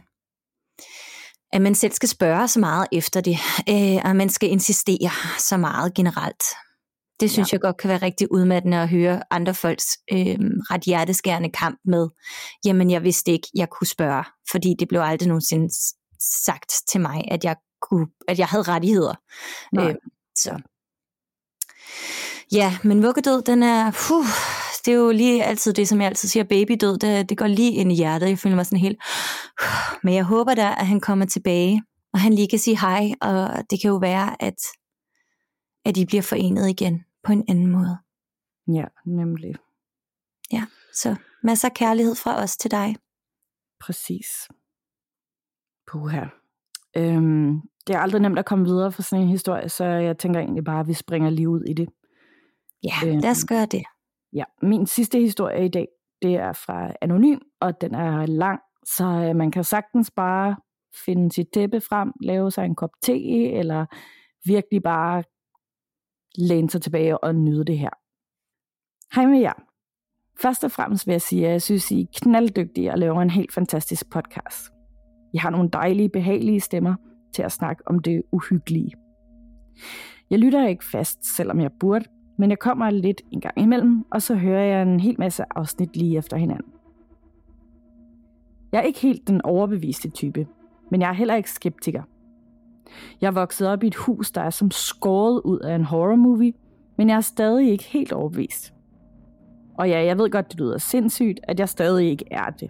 A: man selv skal spørge så meget efter det, og man skal insistere så meget generelt. Det synes jeg godt kan være rigtig udmattende at høre andre folks ret hjerteskærende kamp med, jamen jeg vidste ikke, jeg kunne spørge, fordi det blev aldrig nogensinde sagt til mig, at jeg havde rettigheder. Så. Ja, men vuggedød, den er, det er jo lige altid det, som jeg altid siger, babydød, det går lige ind i hjertet. Jeg føler mig sådan helt, men jeg håber da, at han kommer tilbage, og han lige kan sige hej, og det kan jo være, at de bliver forenet igen på en anden måde.
B: Ja, nemlig.
A: Ja, så masser af kærlighed fra os til dig.
B: Præcis. Puha. Det er aldrig nemt at komme videre fra sådan en historie, så jeg tænker egentlig bare, at vi springer lige ud i det.
A: Ja, lad os gøre det.
B: Ja, min sidste historie i dag, det er fra Anonym, og den er lang, så man kan sagtens bare finde sit tæppe frem, lave sig en kop te, eller virkelig bare læne sig tilbage og nyde det her. Hej med jer. Først og fremmest vil jeg sige, at jeg synes, I er knalddygtige og laver en helt fantastisk podcast. I har nogle dejlige, behagelige stemmer til at snakke om det uhyggelige. Jeg lytter ikke fast, selvom jeg burde, men jeg kommer lidt en gang imellem, og så hører jeg en hel masse afsnit lige efter hinanden. Jeg er ikke helt den overbeviste type, men jeg er heller ikke skeptiker. Jeg er vokset op i et hus, der er som skåret ud af en horrormovie, men jeg er stadig ikke helt overbevist. Og ja, jeg ved godt, det lyder sindssygt, at jeg stadig ikke er det.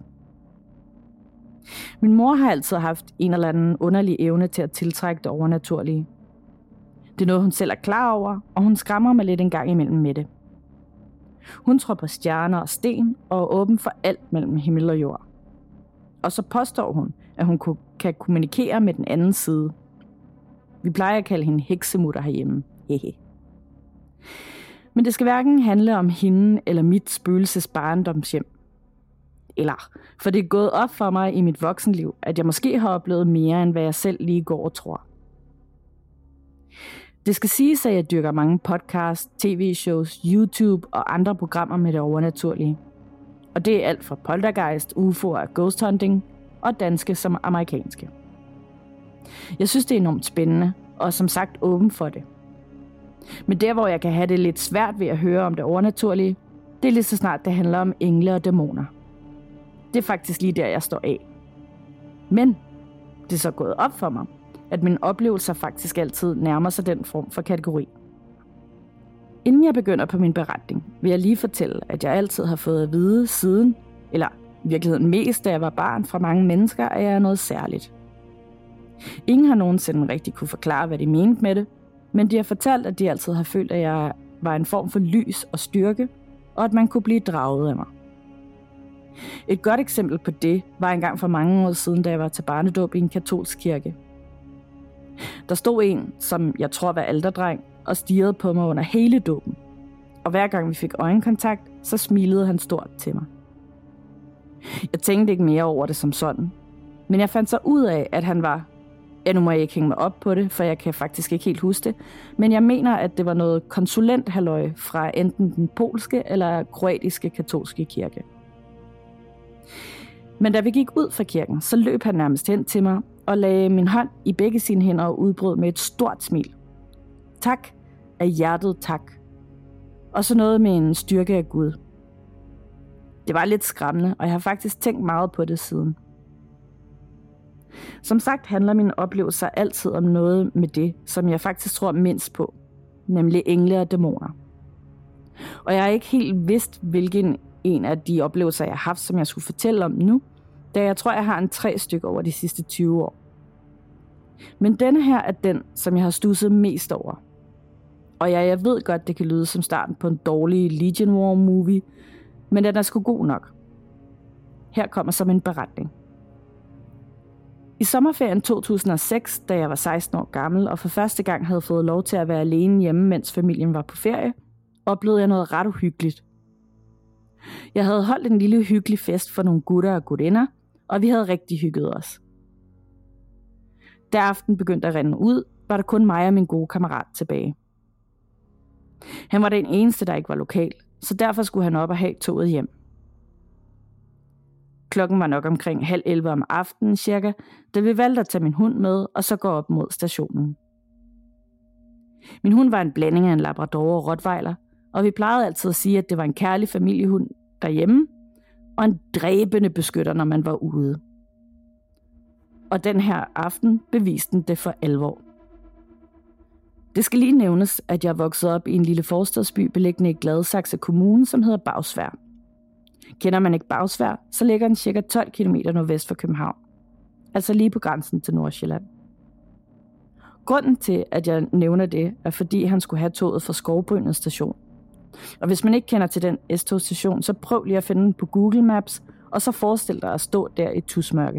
B: Min mor har altid haft en eller anden underlig evne til at tiltrække det overnaturlige. Det er noget, hun selv er klar over, og hun skræmmer mig lidt en gang imellem med det. Hun tror på stjerner og sten, og er åben for alt mellem himmel og jord. Og så påstår hun, at hun kan kommunikere med den anden side. Vi plejer at kalde hende heksemutter herhjemme. Hehe. Men det skal hverken handle om hende eller mit spøgelses barndomshjem. For det er gået op for mig i mit voksenliv, at jeg måske har oplevet mere, end hvad jeg selv lige går og tror. Det skal siges, at jeg dyrker mange podcasts, tv-shows, YouTube og andre programmer med det overnaturlige. Og det er alt fra poltergeist, UFO og ghost hunting, og danske som amerikanske. Jeg synes, det er enormt spændende, og som sagt åben for det. Men der, hvor jeg kan have det lidt svært ved at høre om det overnaturlige, det er lige så snart det handler om engle og dæmoner. Det er faktisk lige der, jeg står af. Men det er så gået op for mig, at mine oplevelser faktisk altid nærmer sig den form for kategori. Inden jeg begynder på min beretning, vil jeg lige fortælle, at jeg altid har fået at vide siden, eller i virkeligheden mest, da jeg var barn, fra mange mennesker, at jeg er noget særligt. Ingen har nogensinde rigtig kunne forklare, hvad de mente med det, men de har fortalt, at de altid har følt, at jeg var en form for lys og styrke, og at man kunne blive draget af mig. Et godt eksempel på det var engang for mange år siden, da jeg var til barnedåb i en katolsk kirke. Der stod en, som jeg tror var alderdreng, og stirrede på mig under hele dåben. Og hver gang vi fik øjenkontakt, så smilede han stort til mig. Jeg tænkte ikke mere over det som sådan, men jeg fandt så ud af, at han var... Ja, nu må jeg ikke hænge mig op på det, for jeg kan faktisk ikke helt huske det, men jeg mener, at det var noget konsulenthalløj fra enten den polske eller kroatiske katolske kirke. Men da vi gik ud fra kirken, så løb han nærmest hen til mig og lagde min hånd i begge sine hænder og udbrød med et stort smil. Tak af hjertet, tak. Og så noget med en styrke af Gud. Det var lidt skræmmende, og jeg har faktisk tænkt meget på det siden. Som sagt handler mine oplevelser altid om noget med det, som jeg faktisk tror mindst på, nemlig engle og dæmoner. Og jeg har ikke helt vidst, hvilken en af de oplevelser, jeg har haft, som jeg skulle fortælle om nu, da jeg tror, jeg har en 3 stykker over de sidste 20 år. Men denne her er den, som jeg har studset mest over. Og ja, jeg ved godt, det kan lyde som starten på en dårlig Legion War movie, men den er sgu god nok. Her kommer som en beretning. I sommerferien 2006, da jeg var 16 år gammel og for første gang havde fået lov til at være alene hjemme, mens familien var på ferie, oplevede jeg noget ret uhyggeligt. Jeg havde holdt en lille hyggelig fest for nogle gutter og gutinder, og vi havde rigtig hygget os. Da aften begyndte at rinde ud, var der kun mig og min gode kammerat tilbage. Han var den eneste, der ikke var lokal, så derfor skulle han op og have toget hjem. Klokken var nok omkring 10:30 om aftenen cirka, da vi valgte at tage min hund med og så gå op mod stationen. Min hund var en blanding af en labrador og rottweiler, og vi plejede altid at sige, at det var en kærlig familiehund derhjemme, og en dræbende beskytter, når man var ude. Og den her aften beviste den det for alvor. Det skal lige nævnes, at jeg voksede op i en lille forstadsby beliggende i Gladsaxe Kommune, som hedder Bagsværd. Kender man ikke Bagsværd, så ligger den cirka 12 km nordvest for København. Altså lige på grænsen til Nordsjælland. Grunden til, at jeg nævner det, er fordi han skulle have toget fra Skovbrynet station. Og hvis man ikke kender til den S-togstation, så prøv lige at finde den på Google Maps, og så forestil dig at stå der i tusmørke.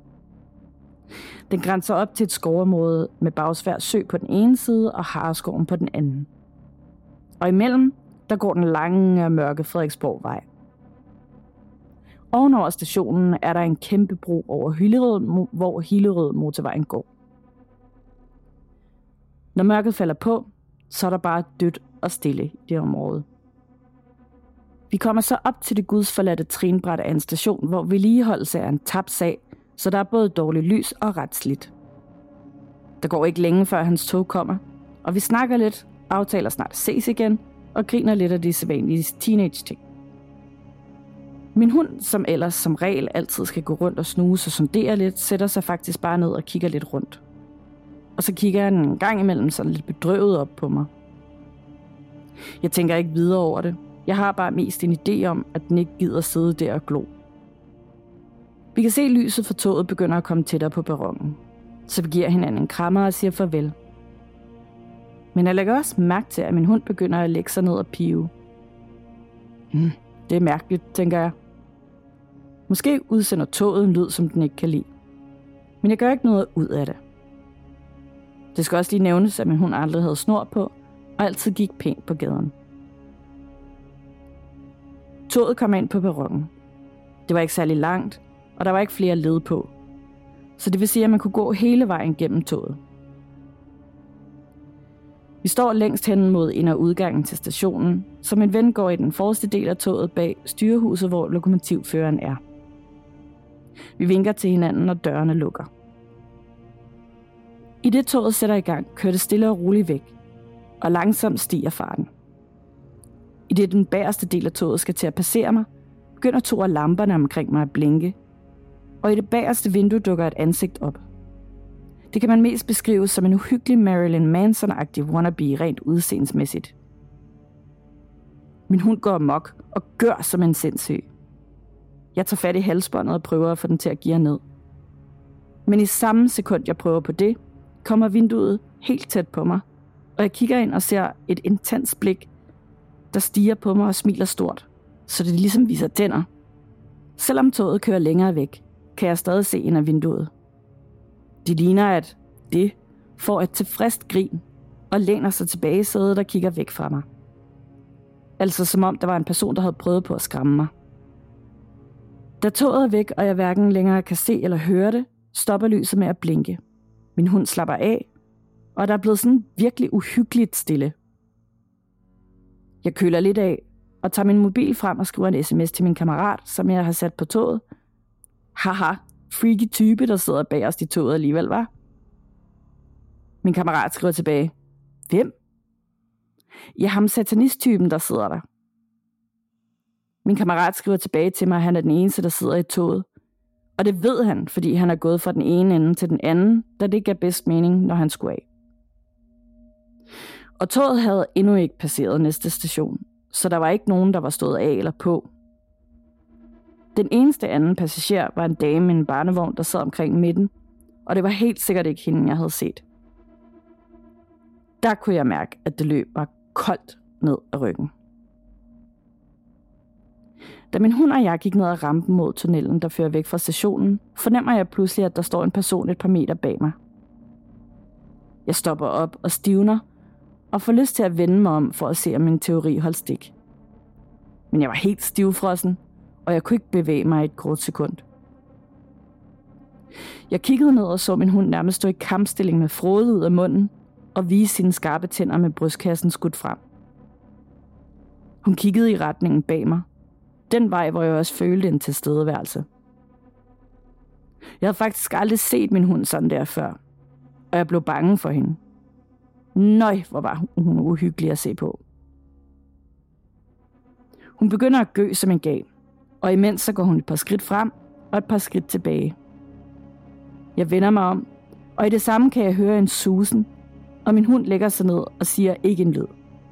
B: Den grænser op til et skovområde med Bagsværd Sø på den ene side og Hareskoven på den anden. Og imellem, der går den lange og mørke Frederiksborgvej. Ovenover stationen er der en kæmpe bro over Hillerød, hvor Hillerød motorvejen går. Når mørket falder på, så er der bare dødt og stille i det område. Vi kommer så op til det gudsforladte trinbræt af en station, hvor vedligeholdelse er en tabt sag, så der er både dårligt lys og ret slidt. Der går ikke længe før hans tog kommer, og vi snakker lidt, aftaler snart at ses igen, og griner lidt af de sædvanlige teenage-ting. Min hund, som ellers som regel altid skal gå rundt og snuse og sondere lidt, sætter sig faktisk bare ned og kigger lidt rundt. Og så kigger han en gang imellem sådan lidt bedrøvet op på mig. Jeg tænker ikke videre over det. Jeg har bare mest en idé om, at den ikke gider sidde der og glo. Vi kan se lyset fra toget begynder at komme tættere på perronen. Så vi giver hinanden en krammer og siger farvel. Men jeg lægger også mærke til, at min hund begynder at lægge sig ned og pive. Det er mærkeligt, tænker jeg. Måske udsender toget en lyd, som den ikke kan lide. Men jeg gør ikke noget ud af det. Det skal også lige nævnes, at min hund aldrig havde snor på, og altid gik pænt på gaden. Toget kom ind på perronen. Det var ikke særlig langt, og der var ikke flere led på. Så det vil sige, at man kunne gå hele vejen gennem toget. Vi står længst hen mod ind- og udgangen til stationen, så min ven går i den forreste del af toget bag styrehuset, hvor lokomotivføreren er. Vi vinker til hinanden, når dørene lukker. I det toget sætter i gang, kører det stille og roligt væk, og langsomt stiger farten. I det den bagerste del af toget skal til at passere mig, begynder 2 af lamperne omkring mig at blinke, og i det bagerste vindue dukker et ansigt op. Det kan man mest beskrive som en uhyggelig Marilyn Manson-agtig wannabe rent udseendemæssigt. Min hund går amok og gør som en sindssyg. Jeg tager fat i halsbåndet og prøver at få den til at geare ned. Men i samme sekund, jeg prøver på det, kommer vinduet helt tæt på mig, og jeg kigger ind og ser et intens blik, der stiger på mig og smiler stort, så det ligesom viser tænder. Selvom toget kører længere væk, kan jeg stadig se ind af vinduet. Det ligner, at det får et tilfredst grin og læner sig tilbage i sædet og kigger væk fra mig. Altså som om der var en person, der havde prøvet på at skræmme mig. Da toget er væk, og jeg hverken længere kan se eller høre det, stopper lyset med at blinke. Min hund slapper af, og der er blevet sådan virkelig uhyggeligt stille. Jeg køler lidt af og tager min mobil frem og skriver en sms til min kammerat, som jeg har sat på toget. Haha, freaky type, der sidder bag os i toget alligevel, var. Min kammerat skriver tilbage. Hvem? Ja, ham satanist-typen, der sidder der. Min kammerat skriver tilbage til mig, at han er den eneste, der sidder i toget. Og det ved han, fordi han er gået fra den ene ende til den anden, da det gav bedst mening, når han skulle af. Og toget havde endnu ikke passeret næste station, så der var ikke nogen, der var stået af eller på. Den eneste anden passager var en dame med en barnevogn, der sad omkring midten, og det var helt sikkert ikke hende, jeg havde set. Der kunne jeg mærke, at det løb bare koldt ned ad ryggen. Da min hund og jeg gik ned ad rampen mod tunnelen, der fører væk fra stationen, fornemmer jeg pludselig, at der står en person et par meter bag mig. Jeg stopper op og stivner, og får lyst til at vende mig om for at se, om min teori holdt stik. Men jeg var helt stivfrossen, og jeg kunne ikke bevæge mig et kort sekund. Jeg kiggede ned og så min hund nærmest stå i kampstilling med frode ud af munden og vise sine skarpe tænder med brystkassen skudt frem. Hun kiggede i retningen bag mig. Den vej, hvor jeg også følte en tilstedeværelse. Jeg havde faktisk aldrig set min hund sådan der før, og jeg blev bange for hende. Nøj, hvor var hun uhyggelig at se på. Hun begynder at gø som en gal, og imens så går hun et par skridt frem og et par skridt tilbage. Jeg vender mig om, og i det samme kan jeg høre en susen, og min hund lægger sig ned og siger ikke en lyd.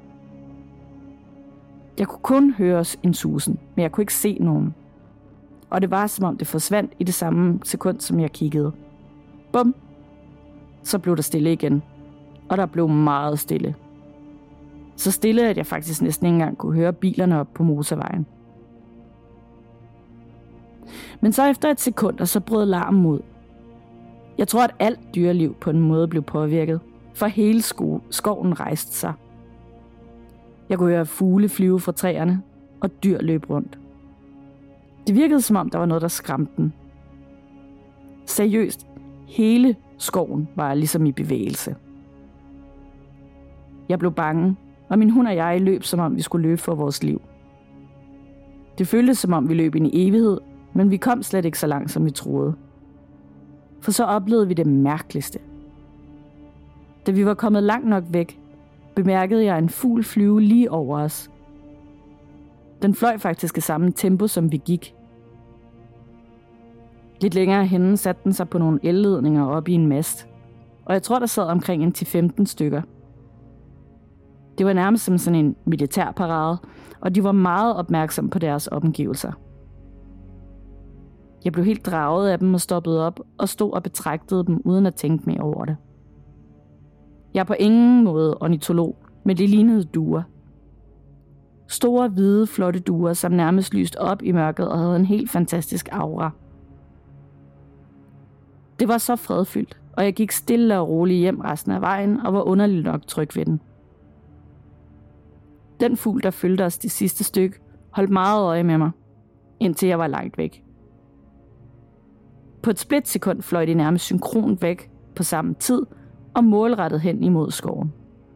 B: Jeg kunne kun høre en susen, men jeg kunne ikke se nogen. Og det var, som om det forsvandt i det samme sekund, som jeg kiggede. Bum! Så blev der stille igen, og der blev meget stille. Så stille, at jeg faktisk næsten ikke engang kunne høre bilerne op på motorvejen. Men så efter et sekund, så brød larmen ud. Jeg tror, at alt dyreliv på en måde blev påvirket, for hele skoven rejste sig. Jeg kunne høre fugle flyve fra træerne, og dyr løb rundt. Det virkede, som om der var noget, der skræmte den. Seriøst, hele skoven var ligesom i bevægelse. Jeg blev bange, og min hund og jeg løb, som om vi skulle løbe for vores liv. Det føltes, som om vi løb ind i evighed, men vi kom slet ikke så langt, som vi troede. For så oplevede vi det mærkeligste. Da vi var kommet langt nok væk, bemærkede jeg en fugl flyve lige over os. Den fløj faktisk i samme tempo, som vi gik. Lidt længere henne satte den sig på nogle elledninger op i en mast, og jeg tror, der sad omkring en 10-15 stykker. Det var nærmest som sådan en militærparade, og de var meget opmærksomme på deres omgivelser. Jeg blev helt draget af dem og stoppede op og stod og betragtede dem uden at tænke mere over det. Jeg er på ingen måde ornitolog, men det lignede duer. Store, hvide, flotte duer, som nærmest lyst op i mørket og havde en helt fantastisk aura. Det var så fredfyldt, og jeg gik stille og roligt hjem resten af vejen og var underligt nok tryg ved den. Den fugl, der følte os det sidste stykke, holdt meget øje med mig, indtil jeg var langt væk. På et splitsekund fløj de nærmest synkront væk på samme tid og målrettet hen imod skoven.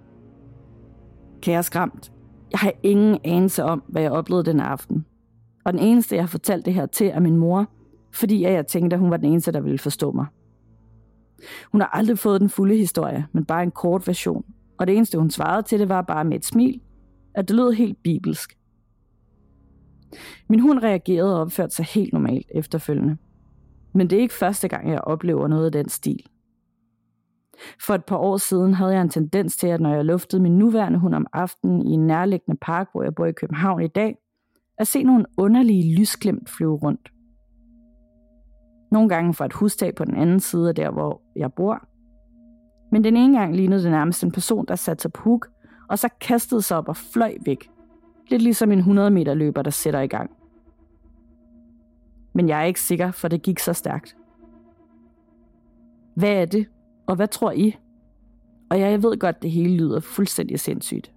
B: Kære skræmt, jeg har ingen anelse om, hvad jeg oplevede den aften. Og den eneste, jeg har fortalt det her til, er min mor, fordi jeg tænkte, at hun var den eneste, der ville forstå mig. Hun har aldrig fået den fulde historie, men bare en kort version. Og det eneste, hun svarede til det, var bare med et smil, at det lød helt bibelsk. Min hund reagerede og opførte sig helt normalt efterfølgende. Men det er ikke første gang, jeg oplever noget af den stil. For et par år siden havde jeg en tendens til, at når jeg luftede min nuværende hund om aftenen i en nærliggende park, hvor jeg bor i København i dag, at se nogle underlige lysglimt flyve rundt. Nogle gange fra et hustag på den anden side af der, hvor jeg bor. Men den ene gang lignede det nærmest en person, der satte sig på huk, og så kastede sig op og fløj væk. Lidt ligesom en 100 meter løber, der sætter i gang. Men jeg er ikke sikker, for det gik så stærkt. Hvad er det? Og hvad tror I? Og jeg ved godt, det hele lyder fuldstændig sindssygt.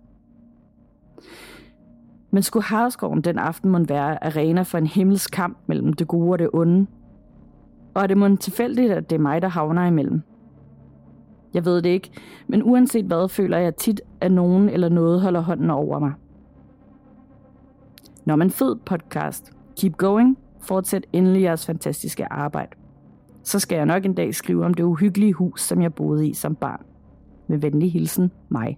B: Men skulle Hareskoven den aften må være arena for en himmelsk kamp mellem det gode og det onde? Og er det må tilfældigt, at det er mig, der havner imellem? Jeg ved det ikke, men uanset hvad, føler jeg tit, at nogen eller noget holder hånden over mig. Nå, men fed podcast. Keep going. Fortsæt endelig jeres fantastiske arbejde. Så skal jeg nok en dag skrive om det uhyggelige hus, som jeg boede i som barn. Med venlig hilsen, mig.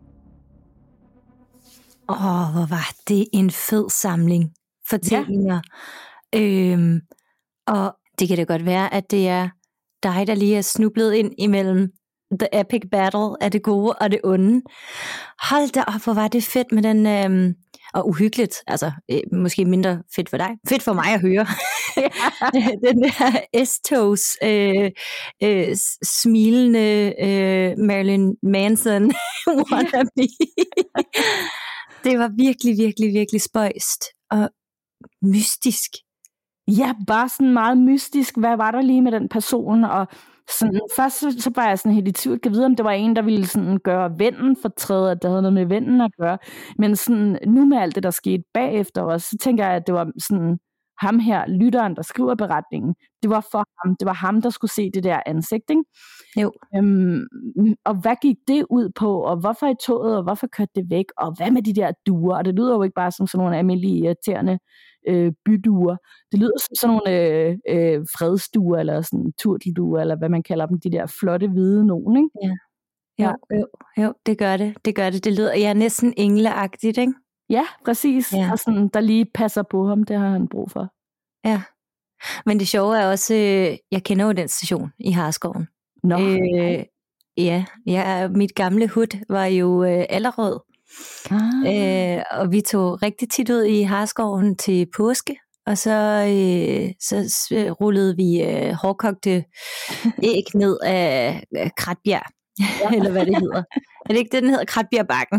A: Hvor var det en fed samling fortællinger. Ja. Og Det kan da godt være, at det er dig, der lige er snublet ind imellem the epic battle af det gode og det onde. Hold da op, hvor var det fedt med den, og uhyggeligt, altså måske mindre fedt for dig, fedt for mig at høre. Den der S-togs smilende Marilyn Manson wannabe. Det var virkelig, virkelig, virkelig spøjst og mystisk.
B: Ja, bare sådan meget mystisk. Hvad var der lige med den person? Og sådan, først så var jeg sådan helt i tvivl, kan vide, om det var en, der ville sådan gøre vennen fortræde, at det havde noget med vennen at gøre. Men sådan, nu med alt det, der skete bagefter også, så tænker jeg, at det var sådan ham her, lytteren, der skriver beretningen. Det var for ham. Det var ham, der skulle se det der ansigt, ikke?
A: Jo.
B: Og hvad gik det ud på? Og hvorfor i toget? Og hvorfor kørte det væk? Og hvad med de der duer? Og det lyder jo ikke bare som sådan nogle almindelige irriterende byduer. Det lyder som sådan nogle fredsduer, eller sådan turtelduer, eller hvad man kalder dem, de der flotte hvide nogen, ikke?
A: Ja. Jo, det gør det. Det lyder næsten engleagtigt, ikke?
B: Ja, præcis. Ja. Og sådan, der lige passer på ham, det har han brug for.
A: Ja. Men det sjove er også, jeg kender jo den station i Hareskoven.
B: Nå.
A: Ja, mit gamle hud var jo Allerød. Og vi tog rigtig tit ud i Hareskoven til påske, og så rullede vi hårdkogte æg ned af Kratbjerg, eller hvad det hedder. Er det ikke det, den hedder? Kratbjergbakken.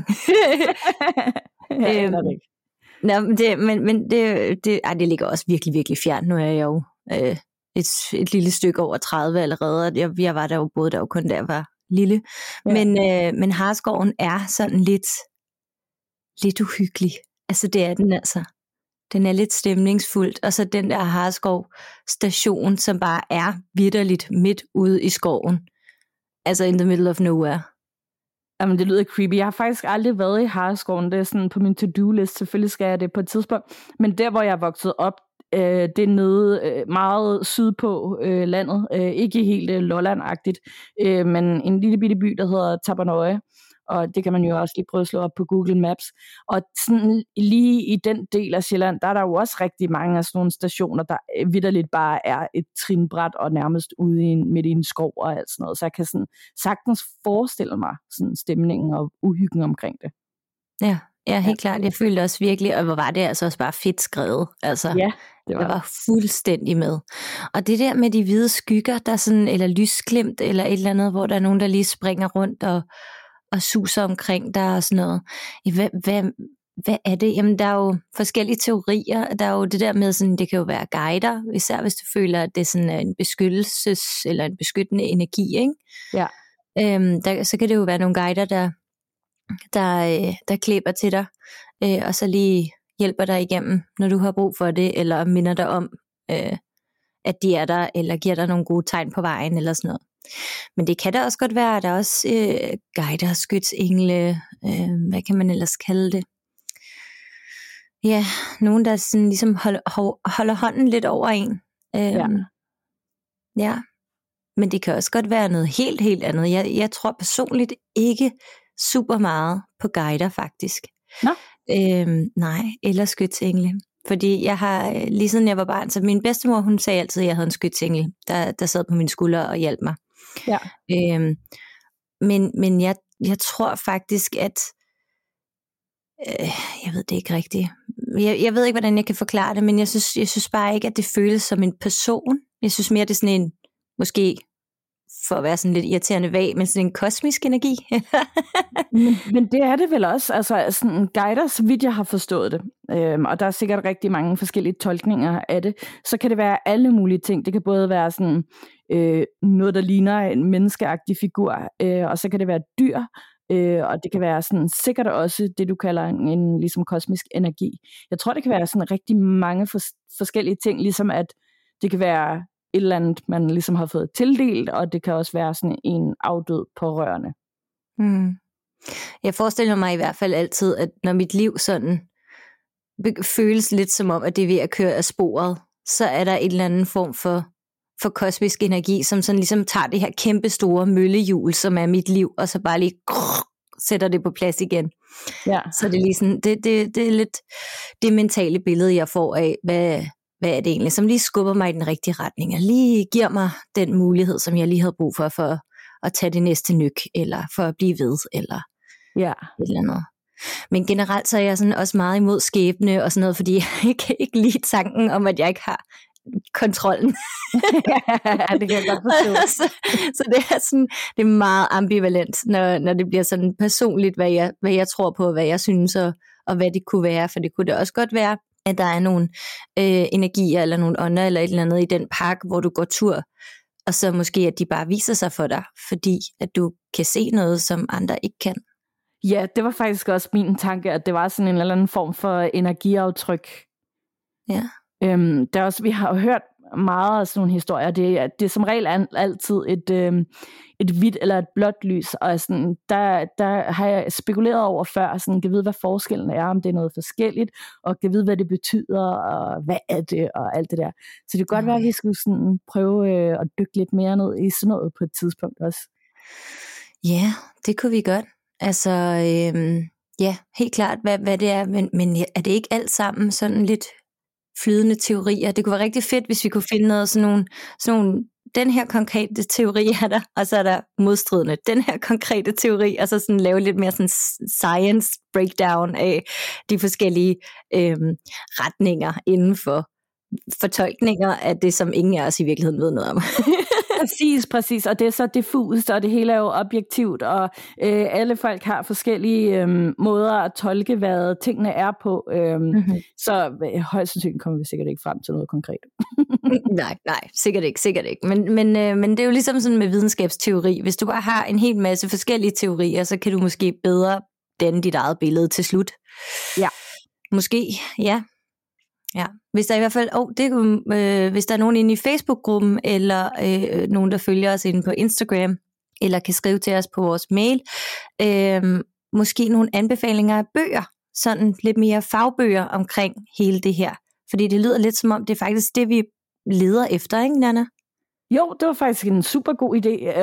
A: Det ligger også virkelig, virkelig fjernt. Nu er jeg jo et lille stykke over 30 allerede, og jeg var der jo både der jo kun da jeg var lille. Ja. Men Hareskoven er sådan lidt uhyggelig. Altså det er den altså. Den er lidt stemningsfuldt. Og så den der Hareskov station, som bare er vitterligt midt ude i skoven. Altså in the middle of nowhere.
B: Jamen, det lyder creepy. Jeg har faktisk aldrig været i Hareskoven. Det er sådan på min to-do-list. Selvfølgelig skal jeg det på et tidspunkt. Men der, hvor jeg er vokset op, det er nede meget sydpå landet. Ikke helt Lolland-agtigt, men en lille bitte by, der hedder Tappernøje. Og det kan man jo også lige prøve at slå op på Google Maps. Og sådan lige i den del af Sjælland, der er der jo også rigtig mange af sådan nogle stationer, der vitterligt bare er et trinbræt og nærmest ude midt i en skov og alt sådan noget. Så jeg kan sådan sagtens forestille mig sådan stemningen og uhyggen omkring det.
A: Ja, helt klart. Jeg følte også virkelig, og hvor var det altså også bare fedt skrevet. Altså,
B: ja, det var.
A: Jeg var fuldstændig med. Og det der med de hvide skygger, der sådan, eller lysglimt, eller et eller andet, hvor der er nogen, der lige springer rundt og suser omkring der og sådan noget. Hvad er det? Jamen, der er jo forskellige teorier. Der er jo det der med, sådan, det kan jo være guider, især hvis du føler, at det er sådan en eller en beskyttende energi, ikke?
B: Ja.
A: Så kan det jo være nogle guider, der klæber til dig, og så lige hjælper dig igennem, når du har brug for det, eller minder dig om, at de er der, eller giver dig nogle gode tegn på vejen, eller sådan noget. Men det kan da også godt være, at der er også guider, skytsengle, hvad kan man ellers kalde det? Ja, nogen, der sådan ligesom holder hånden lidt over en. Ja, men det kan også godt være noget helt, helt andet. Jeg tror personligt ikke super meget på guider, faktisk.
B: Nå?
A: Nej, eller skytsengle. Fordi jeg har, lige siden jeg var barn, så min bedstemor, hun sagde altid, at jeg havde en skytsengle, der sad på mine skuldre og hjalp mig.
B: Ja.
A: Men jeg tror faktisk, at jeg ved det ikke rigtigt. Jeg ved ikke, hvordan jeg kan forklare det, men jeg synes bare ikke, at det føles som en person. Jeg synes mere, det er sådan en, måske for at være sådan lidt irriterende vag, men sådan en kosmisk energi.
B: men det er det vel også. Altså sådan guider, så vidt jeg har forstået det, og der er sikkert rigtig mange forskellige tolkninger af det, så kan det være alle mulige ting. Det kan både være sådan noget, der ligner en menneskeagtig figur, og så kan det være dyr, og det kan være sådan sikkert også det, du kalder en ligesom kosmisk energi. Jeg tror, det kan være sådan rigtig mange forskellige ting, ligesom at det kan være et eller andet, man ligesom har fået tildelt, og det kan også være sådan en afdød pårørende.
A: Jeg forestiller mig i hvert fald altid, at når mit liv sådan føles lidt som om, at det er ved at køre af sporet, så er der en eller anden form for kosmisk energi, som sådan ligesom tager det her kæmpe store møllehjul, som er mit liv, og så bare lige sætter det på plads igen.
B: Ja.
A: Så det er lige sådan, det er lidt det mentale billede, jeg får af, hvad er det egentlig, som lige skubber mig i den rigtige retning, og lige giver mig den mulighed, som jeg lige havde brug for at tage det næste nyk, eller for at blive ved, eller et eller andet. Men generelt så er jeg sådan også meget imod skæbne og sådan noget, fordi jeg kan ikke lide tanken om, at jeg ikke har kontrollen.
B: Ja, det kan jeg godt forstå.
A: Så det er sådan, det er meget ambivalent, når det bliver sådan personligt, hvad jeg tror på, hvad jeg synes, og hvad det kunne være, for det kunne det også godt være, at der er nogle energier, eller nogle ånder, eller et eller andet i den park, hvor du går tur, og så måske, at de bare viser sig for dig, fordi at du kan se noget, som andre ikke kan.
B: Ja, det var faktisk også min tanke, at det var sådan en eller anden form for energiaftryk.
A: Ja.
B: Der er også, vi har jo hørt meget af sådan nogle historier. Det er som regel altid et hvidt eller et blåt lys, og sådan, der har jeg spekuleret over før, sådan, kan vide, hvad forskellen er, om det er noget forskelligt, og kan vide, hvad det betyder, og hvad er det, og alt det der. Så det kan godt være, at vi skulle sådan prøve at dykke lidt mere ned i sådan noget på et tidspunkt også.
A: Ja, det kunne vi godt. Altså, ja, helt klart, hvad det er, men er det ikke alt sammen sådan lidt flydende teorier? Det kunne være rigtig fedt, hvis vi kunne finde noget sådan nogle den her konkrete teori er der, og så er der modstridende den her konkrete teori, og så sådan lave lidt mere sådan science breakdown af de forskellige retninger inden for fortolkninger af det, som ingen af os i virkeligheden ved noget om.
B: Præcis, og det er så diffust, og det hele er jo objektivt, og alle folk har forskellige måder at tolke, hvad tingene er på, så højst sandsynligt kommer vi sikkert ikke frem til noget konkret.
A: Nej, sikkert ikke. Men det er jo ligesom sådan med videnskabsteori. Hvis du bare har en hel masse forskellige teorier, så kan du måske bedre danne dit eget billede til slut.
B: Ja.
A: Måske, ja. Ja, hvis der i hvert fald, hvis der er nogen inde i Facebook-gruppen, eller nogen, der følger os inde på Instagram, eller kan skrive til os på vores mail, måske nogle anbefalinger af bøger, sådan lidt mere fagbøger omkring hele det her. Fordi det lyder lidt som om, det er faktisk det, vi leder efter, ikke, Nanna?
B: Jo, det var faktisk en super god idé.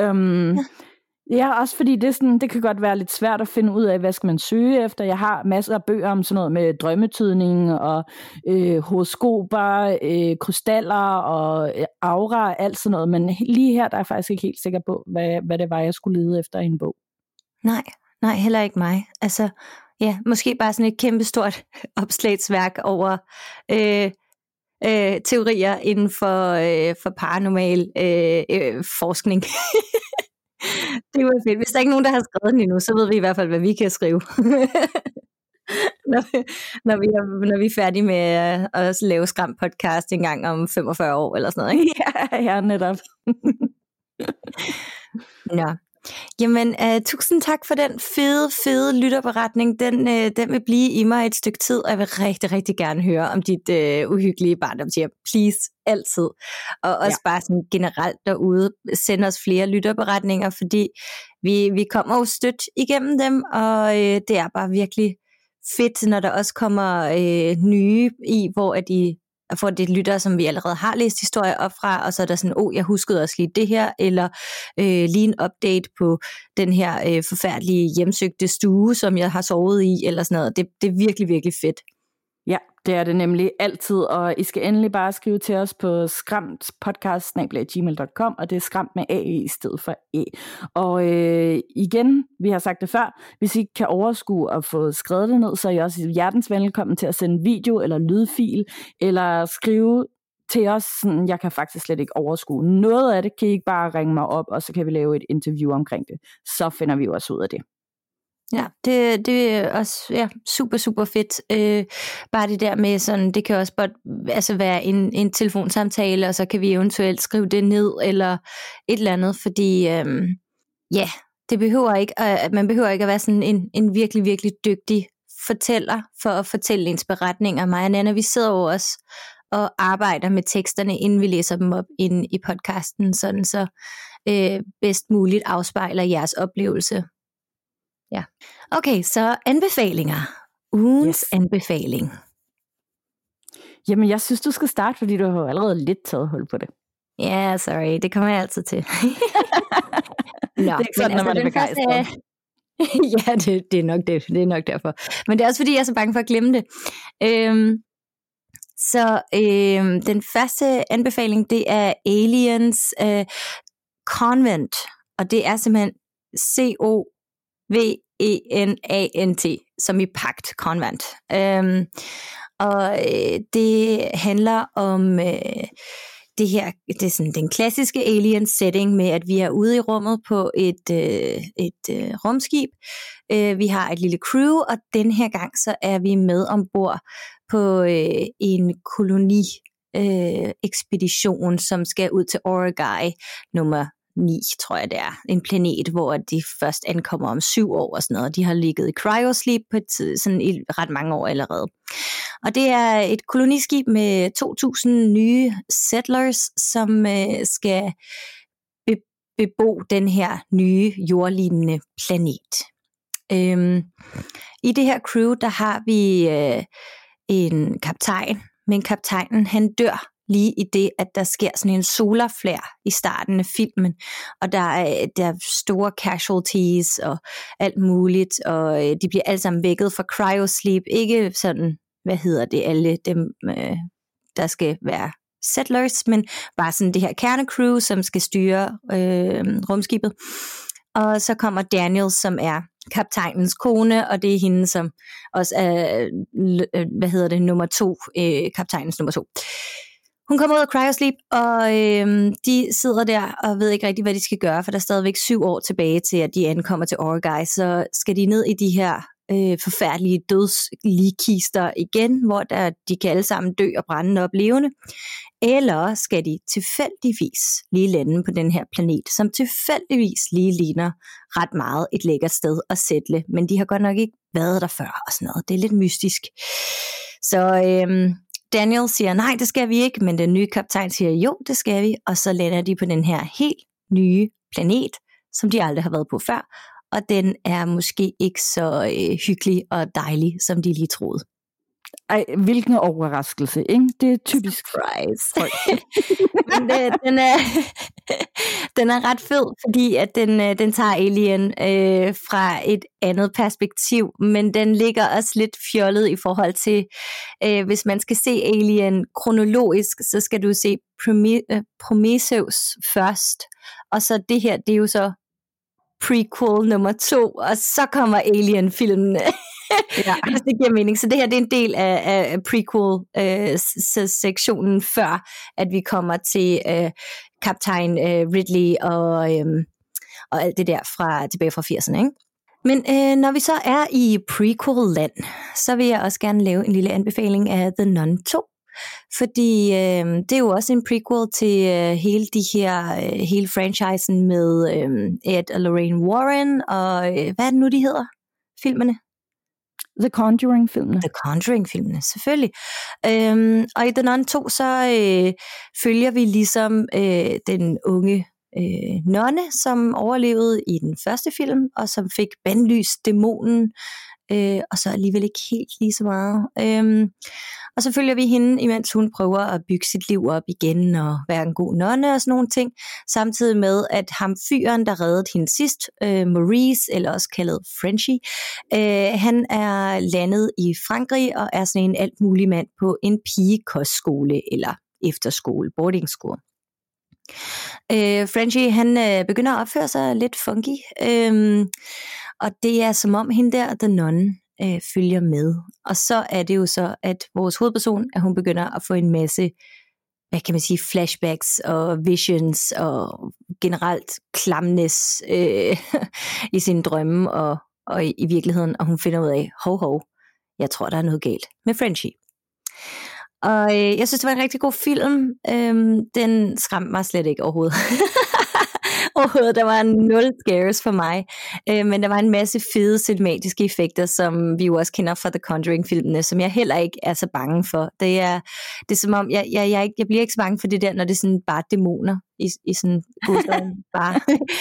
B: Ja, også fordi det kan godt være lidt svært at finde ud af, hvad skal man søge efter. Jeg har masser af bøger om sådan noget med drømmetydning og horoskoper, krystaller og aura og alt sådan noget. Men lige her, der er jeg faktisk ikke helt sikker på, hvad det var, jeg skulle lede efter i en bog.
A: Nej, heller ikke mig. Altså, ja, måske bare sådan et kæmpestort opslagsværk over teorier inden for paranormal forskning. Det var fedt. Hvis der ikke er nogen, der har skrevet den endnu, så ved vi i hvert fald, hvad vi kan skrive. når vi er færdige med at lave Skram podcast en gang om 45 år eller sådan noget, ikke?
B: Ja, netop.
A: Nå. Jamen, tusind tak for den fede lytterberetning. Den vil blive i mig et stykke tid, og jeg vil rigtig, rigtig gerne høre om dit uhyggelige barndomshjem. Please, altid. Og også bare sådan generelt derude, send os flere lytterberetninger, fordi vi kommer jo stødt igennem dem, og det er bare virkelig fedt, når der også kommer nye i, hvor for det lytter, som vi allerede har læst historier op fra, og så er der sådan, jeg huskede også lige det her, eller lige en update på den her forfærdelige hjemsøgte stue, som jeg har sovet i, eller sådan noget. Det er virkelig, virkelig fedt.
B: Ja, det er det nemlig altid, og I skal endelig bare skrive til os på skramtpodcast@gmail.com, og det er skramt med AE i stedet for E. Og igen, vi har sagt det før, hvis I ikke kan overskue at få skrevet det ned, så er I også hjertens velkommen til at sende video eller lydfil, eller skrive til os, sådan, jeg kan faktisk slet ikke overskue noget af det, kan I ikke bare ringe mig op, og så kan vi lave et interview omkring det. Så finder vi jo også ud af det.
A: Ja, det er også super, super fedt. Bare det der med sådan, det kan også bare være en telefonsamtale, og så kan vi eventuelt skrive det ned, eller et eller andet, fordi det behøver ikke, man behøver ikke at være sådan en virkelig, virkelig dygtig fortæller, for at fortælle ens beretninger. Mig og Nanna, vi sidder jo også og arbejder med teksterne, inden vi læser dem op inde i podcasten, sådan så bedst muligt afspejler jeres oplevelse. Ja. Okay, så anbefalinger. Ugens anbefaling.
B: Jamen, jeg synes, du skal starte, fordi du har allerede lidt taget hul på det.
A: Ja, sorry. Det kommer jeg altid til.
B: Nå, det er ikke sådan, når man er begejstret.
A: Ja, det er nok det. Det er nok derfor. Men det er også, fordi jeg er så bange for at glemme det. Så den første anbefaling, det er Aliens Convent, og det er simpelthen Covenant, som i pagt, Convent. Og det handler om det her, det er sådan den klassiske alien setting med, at vi er ude i rummet på et rumskib. Vi har et lille crew, og den her gang så er vi med ombord på en koloni ekspedition, som skal ud til Origai nummer 9, tror jeg det er. En planet, hvor de først ankommer om 7 år og sådan noget. De har ligget i cryosleep på sådan i ret mange år allerede. Og det er et koloniskib med 2.000 nye settlers, som skal bebo den her nye jordlignende planet. I det her crew, der har vi en kaptajn, men kaptajnen han dør lige i det, at der sker sådan en solarflare i starten af filmen, og der er store casualties og alt muligt, og de bliver alle sammen vækket fra cryosleep, ikke sådan, alle dem, der skal være settlers, men bare sådan det her kernecrew, som skal styre rumskibet. Og så kommer Daniel, som er kaptajnens kone, og det er hende, som også er, nummer 2, kaptajnens nummer 2. Hun kommer ud af cryosleep, og de sidder der og ved ikke rigtig, hvad de skal gøre, for der er stadigvæk 7 år tilbage til, at de ankommer til Origai. Så skal de ned i de her forfærdelige dødsligkister igen, hvor de kan alle sammen dø og brænde op levende. Eller skal de tilfældigvis lige lande på den her planet, som tilfældigvis lige ligner ret meget et lækkert sted at sætte, men de har godt nok ikke været der før og sådan noget. Det er lidt mystisk. Så Daniel siger, nej, det skal vi ikke, men den nye kaptajn siger, jo, det skal vi, og så lander de på den her helt nye planet, som de aldrig har været på før, og den er måske ikke så hyggelig og dejlig, som de lige troede.
B: Ej, hvilken overraskelse, ikke? Det er typisk.
A: Surprise. Den er ret fed, fordi at den tager Alien fra et andet perspektiv, men den ligger også lidt fjollet i forhold til, hvis man skal se Alien kronologisk, så skal du se Prometheus først, og så det her, det er jo så prequel nummer 2, og så kommer Alien-filmene. Ja. Hvis det giver mening. Så det her, det er en del af prequel-sektionen, før at vi kommer til kaptajn Ridley og alt det der tilbage fra 80'erne, ikke? Men når vi så er i prequel-land, så vil jeg også gerne lave en lille anbefaling af The Nun 2. Fordi det er jo også en prequel til hele franchisen med Ed og Lorraine Warren, og hvad er det nu, de hedder? Filmene?
B: The Conjuring-filmene.
A: The Conjuring-filmene, selvfølgelig. Og i The Nun 2, så følger vi ligesom den unge nonne, som overlevede i den første film, og som fik bandlyst dæmonen, og så alligevel ikke helt lige så meget. Og så følger vi hende, imens hun prøver at bygge sit liv op igen, og være en god nonne og sådan nogle ting, samtidig med, at ham fyren, der reddede hende sidst, Maurice, eller også kaldet Frenchie, han er landet i Frankrig, og er sådan en alt mulig mand på en pigekostskole, eller efterskole, boarding school. Frenchie, han begynder at opføre sig lidt funky, og det er som om hende der, The Nun, følger med. Og så er det jo så, at vores hovedperson, at hun begynder at få en masse, hvad kan man sige, flashbacks og visions og generelt klamnes i sine drømme og i virkeligheden, og hun finder ud af, jeg tror, der er noget galt med Frenchie. Og jeg synes, det var en rigtig god film. Den skræmte mig slet ikke overhovedet. Der var 0 scares for mig, men der var en masse fede cinematiske effekter, som vi jo også kender fra The Conjuring-filmene, som jeg heller ikke er så bange for. Det er som om, jeg bliver ikke så bange for det der, når det er sådan bare dæmoner i sådan bare.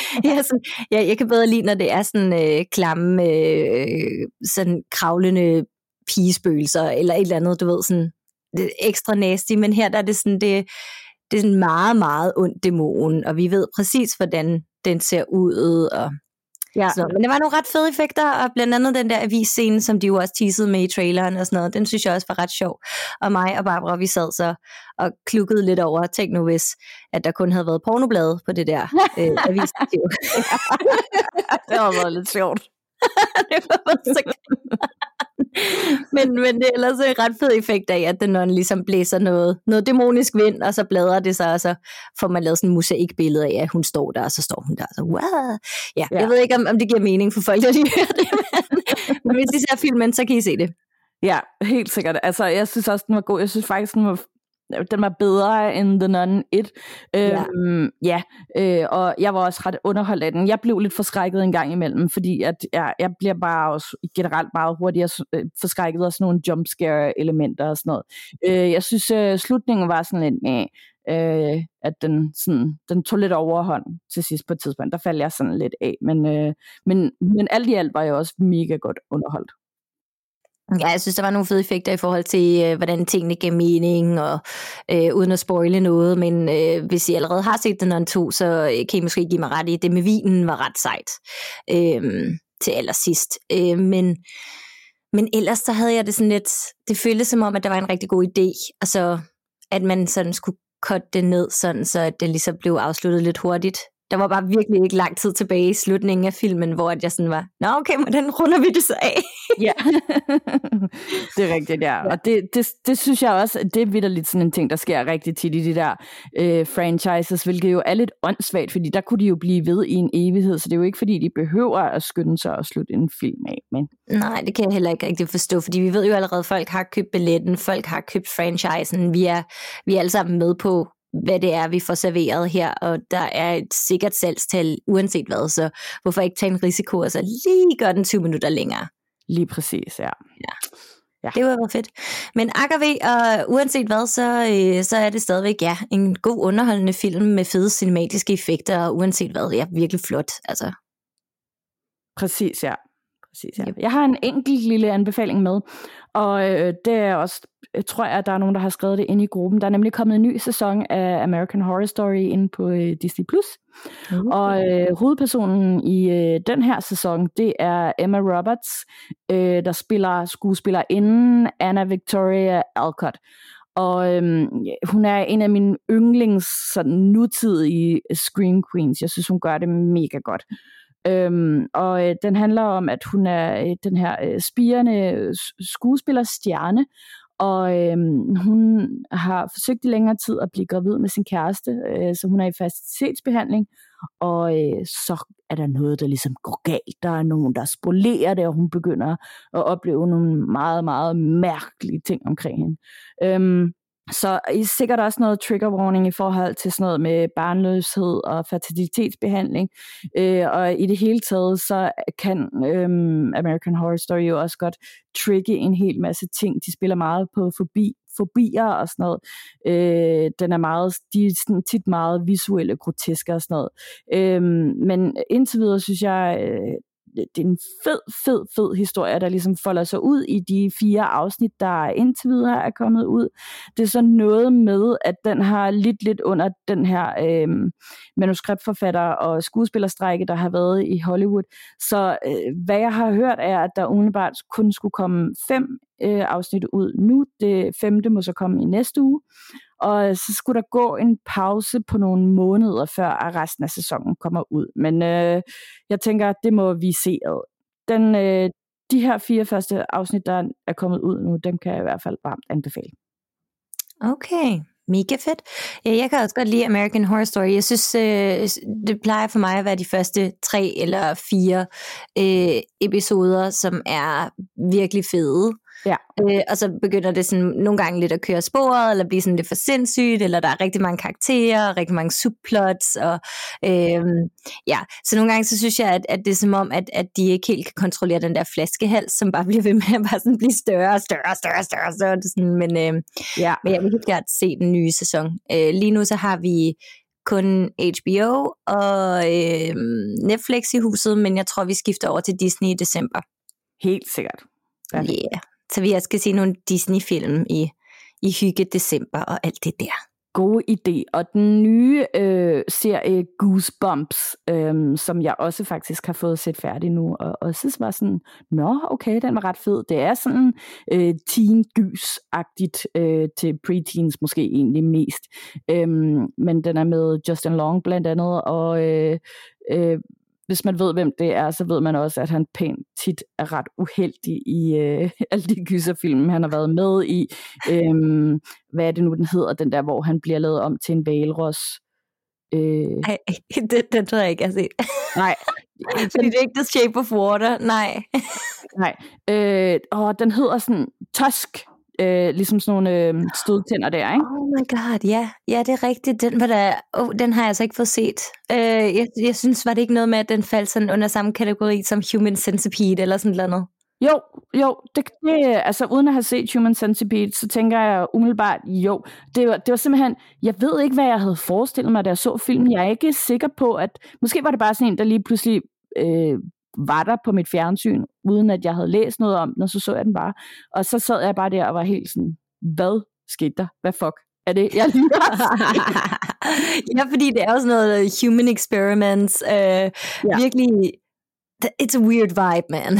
A: Jeg kan bedre lide, når det er sådan klamme, sådan kravlende pigespøgelser, eller et eller andet, du ved, sådan ekstra nasty, men her der er det sådan, det er sådan meget, meget ondt dæmon, og vi ved præcis, hvordan den ser ud, og Ja. Men det var nogle ret fede effekter, og blandt andet den der avisscene, som de jo også teasede med i traileren og sådan noget, den synes jeg også var ret sjov. Og mig og Barbara, vi sad så og klukkede lidt over, tænk nu hvis, at der kun havde været pornoblade på det der avisstativ.
B: Det har været lidt sjovt.
A: Det var så men det er ellers en ret fed effekt af, at den ligesom blæser noget dæmonisk vind, og så bladrer det sig, og så får man lavet sådan en mosaikbillede af, at hun står der, og så står hun der, så wow. Ja, jeg ved ikke, om det giver mening for folk, der lige hører det, men hvis I ser filmen, så kan I se det.
B: Ja, helt sikkert. Altså, jeg synes også, den var god. Jeg synes faktisk, den var bedre end The Nun 1. Og jeg var også ret underholdt af den. Jeg blev lidt forskrækket en gang imellem, fordi at jeg bliver bare også generelt meget hurtigere forskrækket af sådan nogle jumpscare-elementer og sådan noget. Jeg synes, slutningen var sådan lidt med, at den tog lidt overhånd til sidst på et tidspunkt. Der faldt jeg sådan lidt af. Men alt i alt var jeg også mega godt underholdt.
A: Ja, jeg synes, der var nogle fede effekter i forhold til, hvordan tingene gav mening, og uden at spoile noget, men hvis I allerede har set den anden 2, så kan I måske give mig ret i, det med vinen var ret sejt til allersidst. Men ellers så havde jeg det sådan lidt, det føltes som om, at der var en rigtig god idé, og så at man sådan skulle cutte det ned, sådan, så det ligesom blev afsluttet lidt hurtigt. Der var bare virkelig ikke lang tid tilbage i slutningen af filmen, hvor jeg sådan var, nå okay, hvordan runder vi det så af?
B: Ja, det er rigtigt, ja. Og det synes jeg også, det er vitterligt sådan en ting, der sker rigtig tit i de der franchises, hvilket jo er lidt åndssvagt, fordi der kunne de jo blive ved i en evighed, så det er jo ikke fordi, de behøver at skynde sig og slutte en film af. Men...
A: Nej, det kan jeg heller ikke rigtig forstå, fordi vi ved jo allerede, at folk har købt billetten, folk har købt franchisen, vi er alle sammen med på, hvad det er, vi får serveret her, og der er et sikkert salgstal uanset hvad, så hvorfor ikke tage en risiko, og så lige gøre den 20 minutter længere.
B: Lige præcis, ja.
A: Det var fedt. Men AKV, og uanset hvad, så er det stadigvæk en god underholdende film med fede cinematiske effekter, og uanset hvad, virkelig flot. Altså.
B: Præcis, ja. Jeg har en enkelt lille anbefaling med, og det er også, tror jeg, at der er nogen, der har skrevet det ind i gruppen. Der er nemlig kommet en ny sæson af American Horror Story ind på Disney+. Og hovedpersonen i den her sæson, det er Emma Roberts, der spiller skuespillerinden Anna Victoria Alcott. Og hun er en af mine yndlings sådan nutidige Scream Queens. Jeg synes, hun gør det mega godt. Og den handler om, at hun er den her spirende skuespillerstjerne, og hun har forsøgt i længere tid at blive gravid med sin kæreste, så hun er i fertilitetsbehandling, og så er der noget, der ligesom går galt. Der er nogen, der spolerer det, og hun begynder at opleve nogle meget, meget mærkelige ting omkring hende. Så er sikkert også noget trigger warning i forhold til sådan noget med barnløshed og fertilitetsbehandling. Og i det hele taget, så kan American Horror Story jo også godt trigge en hel masse ting. De spiller meget på fobier og sådan noget. De er sådan tit meget visuelle, groteske og sådan noget. Men indtil videre synes jeg, det er en fed historie, der ligesom folder sig ud i de 4 afsnit, der indtil videre er kommet ud. Det er så noget med, at den har lidt under den her manuskriptforfatter og skuespillerstrække, der har været i Hollywood. Så hvad jeg har hørt er, at der umiddelbart kun skulle komme 5 afsnit ud nu. Det 5. må så komme i næste uge. Og så skulle der gå en pause på nogle måneder, før resten af sæsonen kommer ud. Men jeg tænker, at det må vi se ad. De her 4 første afsnit, der er kommet ud nu, dem kan jeg i hvert fald varmt anbefale.
A: Okay, mega fedt. Ja, jeg kan også godt lide American Horror Story. Jeg synes, det plejer for mig at være de første 3 eller 4 episoder, som er virkelig fede.
B: Ja.
A: Og så begynder det sådan nogle gange lidt at køre sporet, eller blive sådan lidt for sindssygt, eller der er rigtig mange karakterer, rigtig mange subplots, og så nogle gange så synes jeg, at det er som om, at de ikke helt kan kontrollere den der flaskehals, som bare bliver ved med at bare sådan blive større. Det sådan, men jeg vil helt gerne se den nye sæson. Lige nu så har vi kun HBO og Netflix i huset, men jeg tror, vi skifter over til Disney i december.
B: Helt sikkert.
A: Ja. Yeah. Så vi også skal se nogle Disney-film i hygge december og alt det der.
B: god idé. Og den nye serie Goosebumps, som jeg også faktisk har fået set færdig nu, og synes var sådan, nå, okay, den var ret fed. Det er sådan teen-gys-agtigt til preteens måske egentlig mest. Men den er med Justin Long blandt andet, og hvis man ved, hvem det er, så ved man også, at han pænt tit er ret uheldig i alle de gyserfilm, han har været med i. Hvad er det nu, den hedder? Den der, hvor han bliver lavet om til en hvalros.
A: Ej, den tror jeg ikke, jeg har set.
B: Nej.
A: Fordi det er ikke The Shape of Water, nej.
B: Nej. Den hedder sådan Tusk. Ligesom sådan nogle stødtænder der, ikke?
A: Oh my god, ja. Ja, det er rigtigt. Den har jeg altså ikke fået set. Jeg synes, var det ikke noget med, at den faldt sådan under samme kategori som Human Centipede eller sådan noget?
B: Jo, det altså uden at have set Human Centipede, så tænker jeg umiddelbart, jo. Det var simpelthen, jeg ved ikke, hvad jeg havde forestillet mig, da jeg så filmen. Jeg er ikke sikker på, at måske var det bare sådan en, der lige pludselig var der på mit fjernsyn, uden at jeg havde læst noget om den, og så så jeg den bare. Og så sad jeg bare der og var helt sådan, hvad skete der? Hvad fuck er det? Jeg lige
A: ja, fordi det er også noget human experiments. Virkelig, it's a weird vibe, man.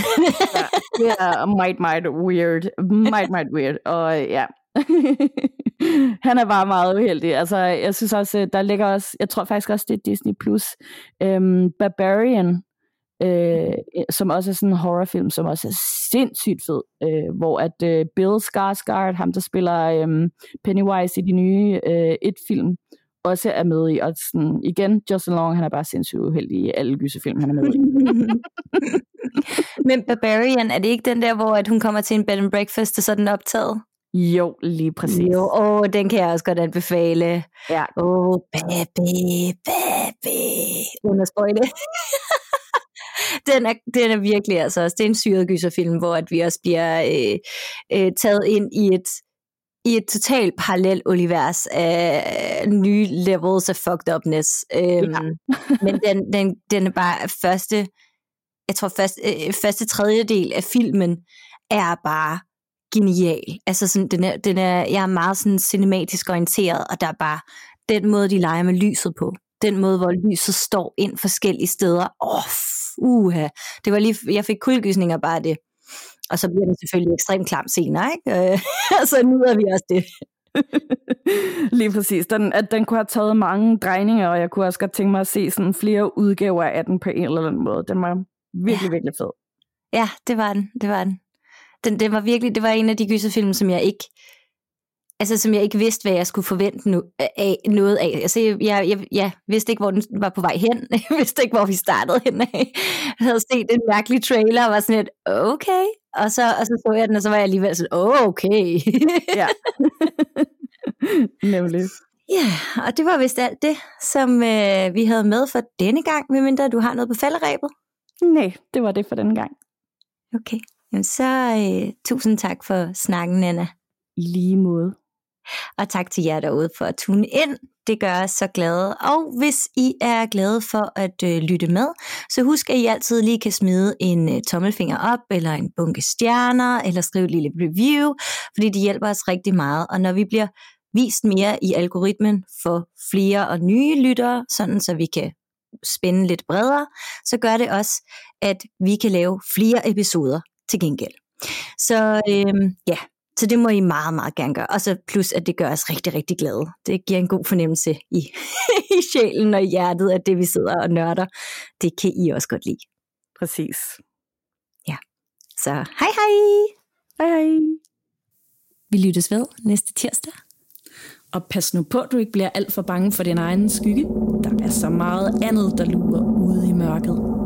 B: Might weird. Og ja. Han er bare meget uheldig. Altså, jeg synes også, der ligger også, jeg tror faktisk også, det er Disney+. Barbarian, som også er sådan en horrorfilm, som også er sindssygt fed, hvor at Bill Skarsgård, ham der spiller Pennywise i de nye It-film, også er med i, og sådan, igen, Justin Long, han er bare sindssygt uheldig i alle gyserfilm, han er med i.
A: Men Barbarian, er det ikke den der, hvor at hun kommer til en bed and breakfast, og så er den optaget?
B: Jo, lige præcis.
A: Jo, den kan jeg også godt anbefale.
B: Ja.
A: Baby. Uden at spoile. Den er virkelig altså også, det er en syret gyserfilm, hvor at vi også bliver taget ind i et totalt parallelt univers af nye levels af fucked upness. Men den er bare første tredjedel af filmen er bare genial. Altså sådan, jeg er meget sådan cinematisk orienteret, og der er bare den måde, de leger med lyset på. Den måde, hvor lyset står ind forskellige steder. Det var lige, jeg fik kuldegysninger bare det. Og så bliver det selvfølgelig ekstremt klam senere, ikke? Så nyder vi også det.
B: Lige præcis. Den kunne have taget mange drejninger, og jeg kunne også godt tænke mig at se sådan flere udgaver af den på en eller anden måde. Den var virkelig, virkelig fed.
A: Ja, det var den. Den var virkelig, det var en af de gyserfilm, som jeg ikke vidste, hvad jeg skulle forvente noget af. Altså, jeg vidste ikke, hvor den var på vej hen. Jeg vidste ikke, hvor vi startede hen af. Jeg havde set en mærkelig trailer og var sådan lidt, okay. Og så jeg den, og så var jeg alligevel sådan, okay.
B: Ja. Nemlig.
A: Ja, og det var vist alt det, som vi havde med for denne gang, medmindre du har noget på falderebet.
B: Nej, det var det for denne gang.
A: Okay, jamen så tusind tak for snakken, Anna.
B: I lige måde.
A: Og tak til jer derude for at tune ind. Det gør os så glade. Og hvis I er glade for at lytte med, så husk, at I altid lige kan smide en tommelfinger op, eller en bunke stjerner, eller skrive et lille review, fordi det hjælper os rigtig meget. Og når vi bliver vist mere i algoritmen for flere og nye lyttere, sådan så vi kan spænde lidt bredere, så gør det også, at vi kan lave flere episoder til gengæld. Så ja, så det må I meget, meget gerne gøre. Og så plus, at det gør os rigtig, rigtig glade. Det giver en god fornemmelse i sjælen og i hjertet, at det vi sidder og nørder, det kan I også godt lide.
B: Præcis.
A: Ja, så hej hej!
B: Hej hej!
A: Vi lyttes ved næste tirsdag.
B: Og pas nu på, at du ikke bliver alt for bange for din egen skygge. Der er så meget andet, der lurer ude i mørket.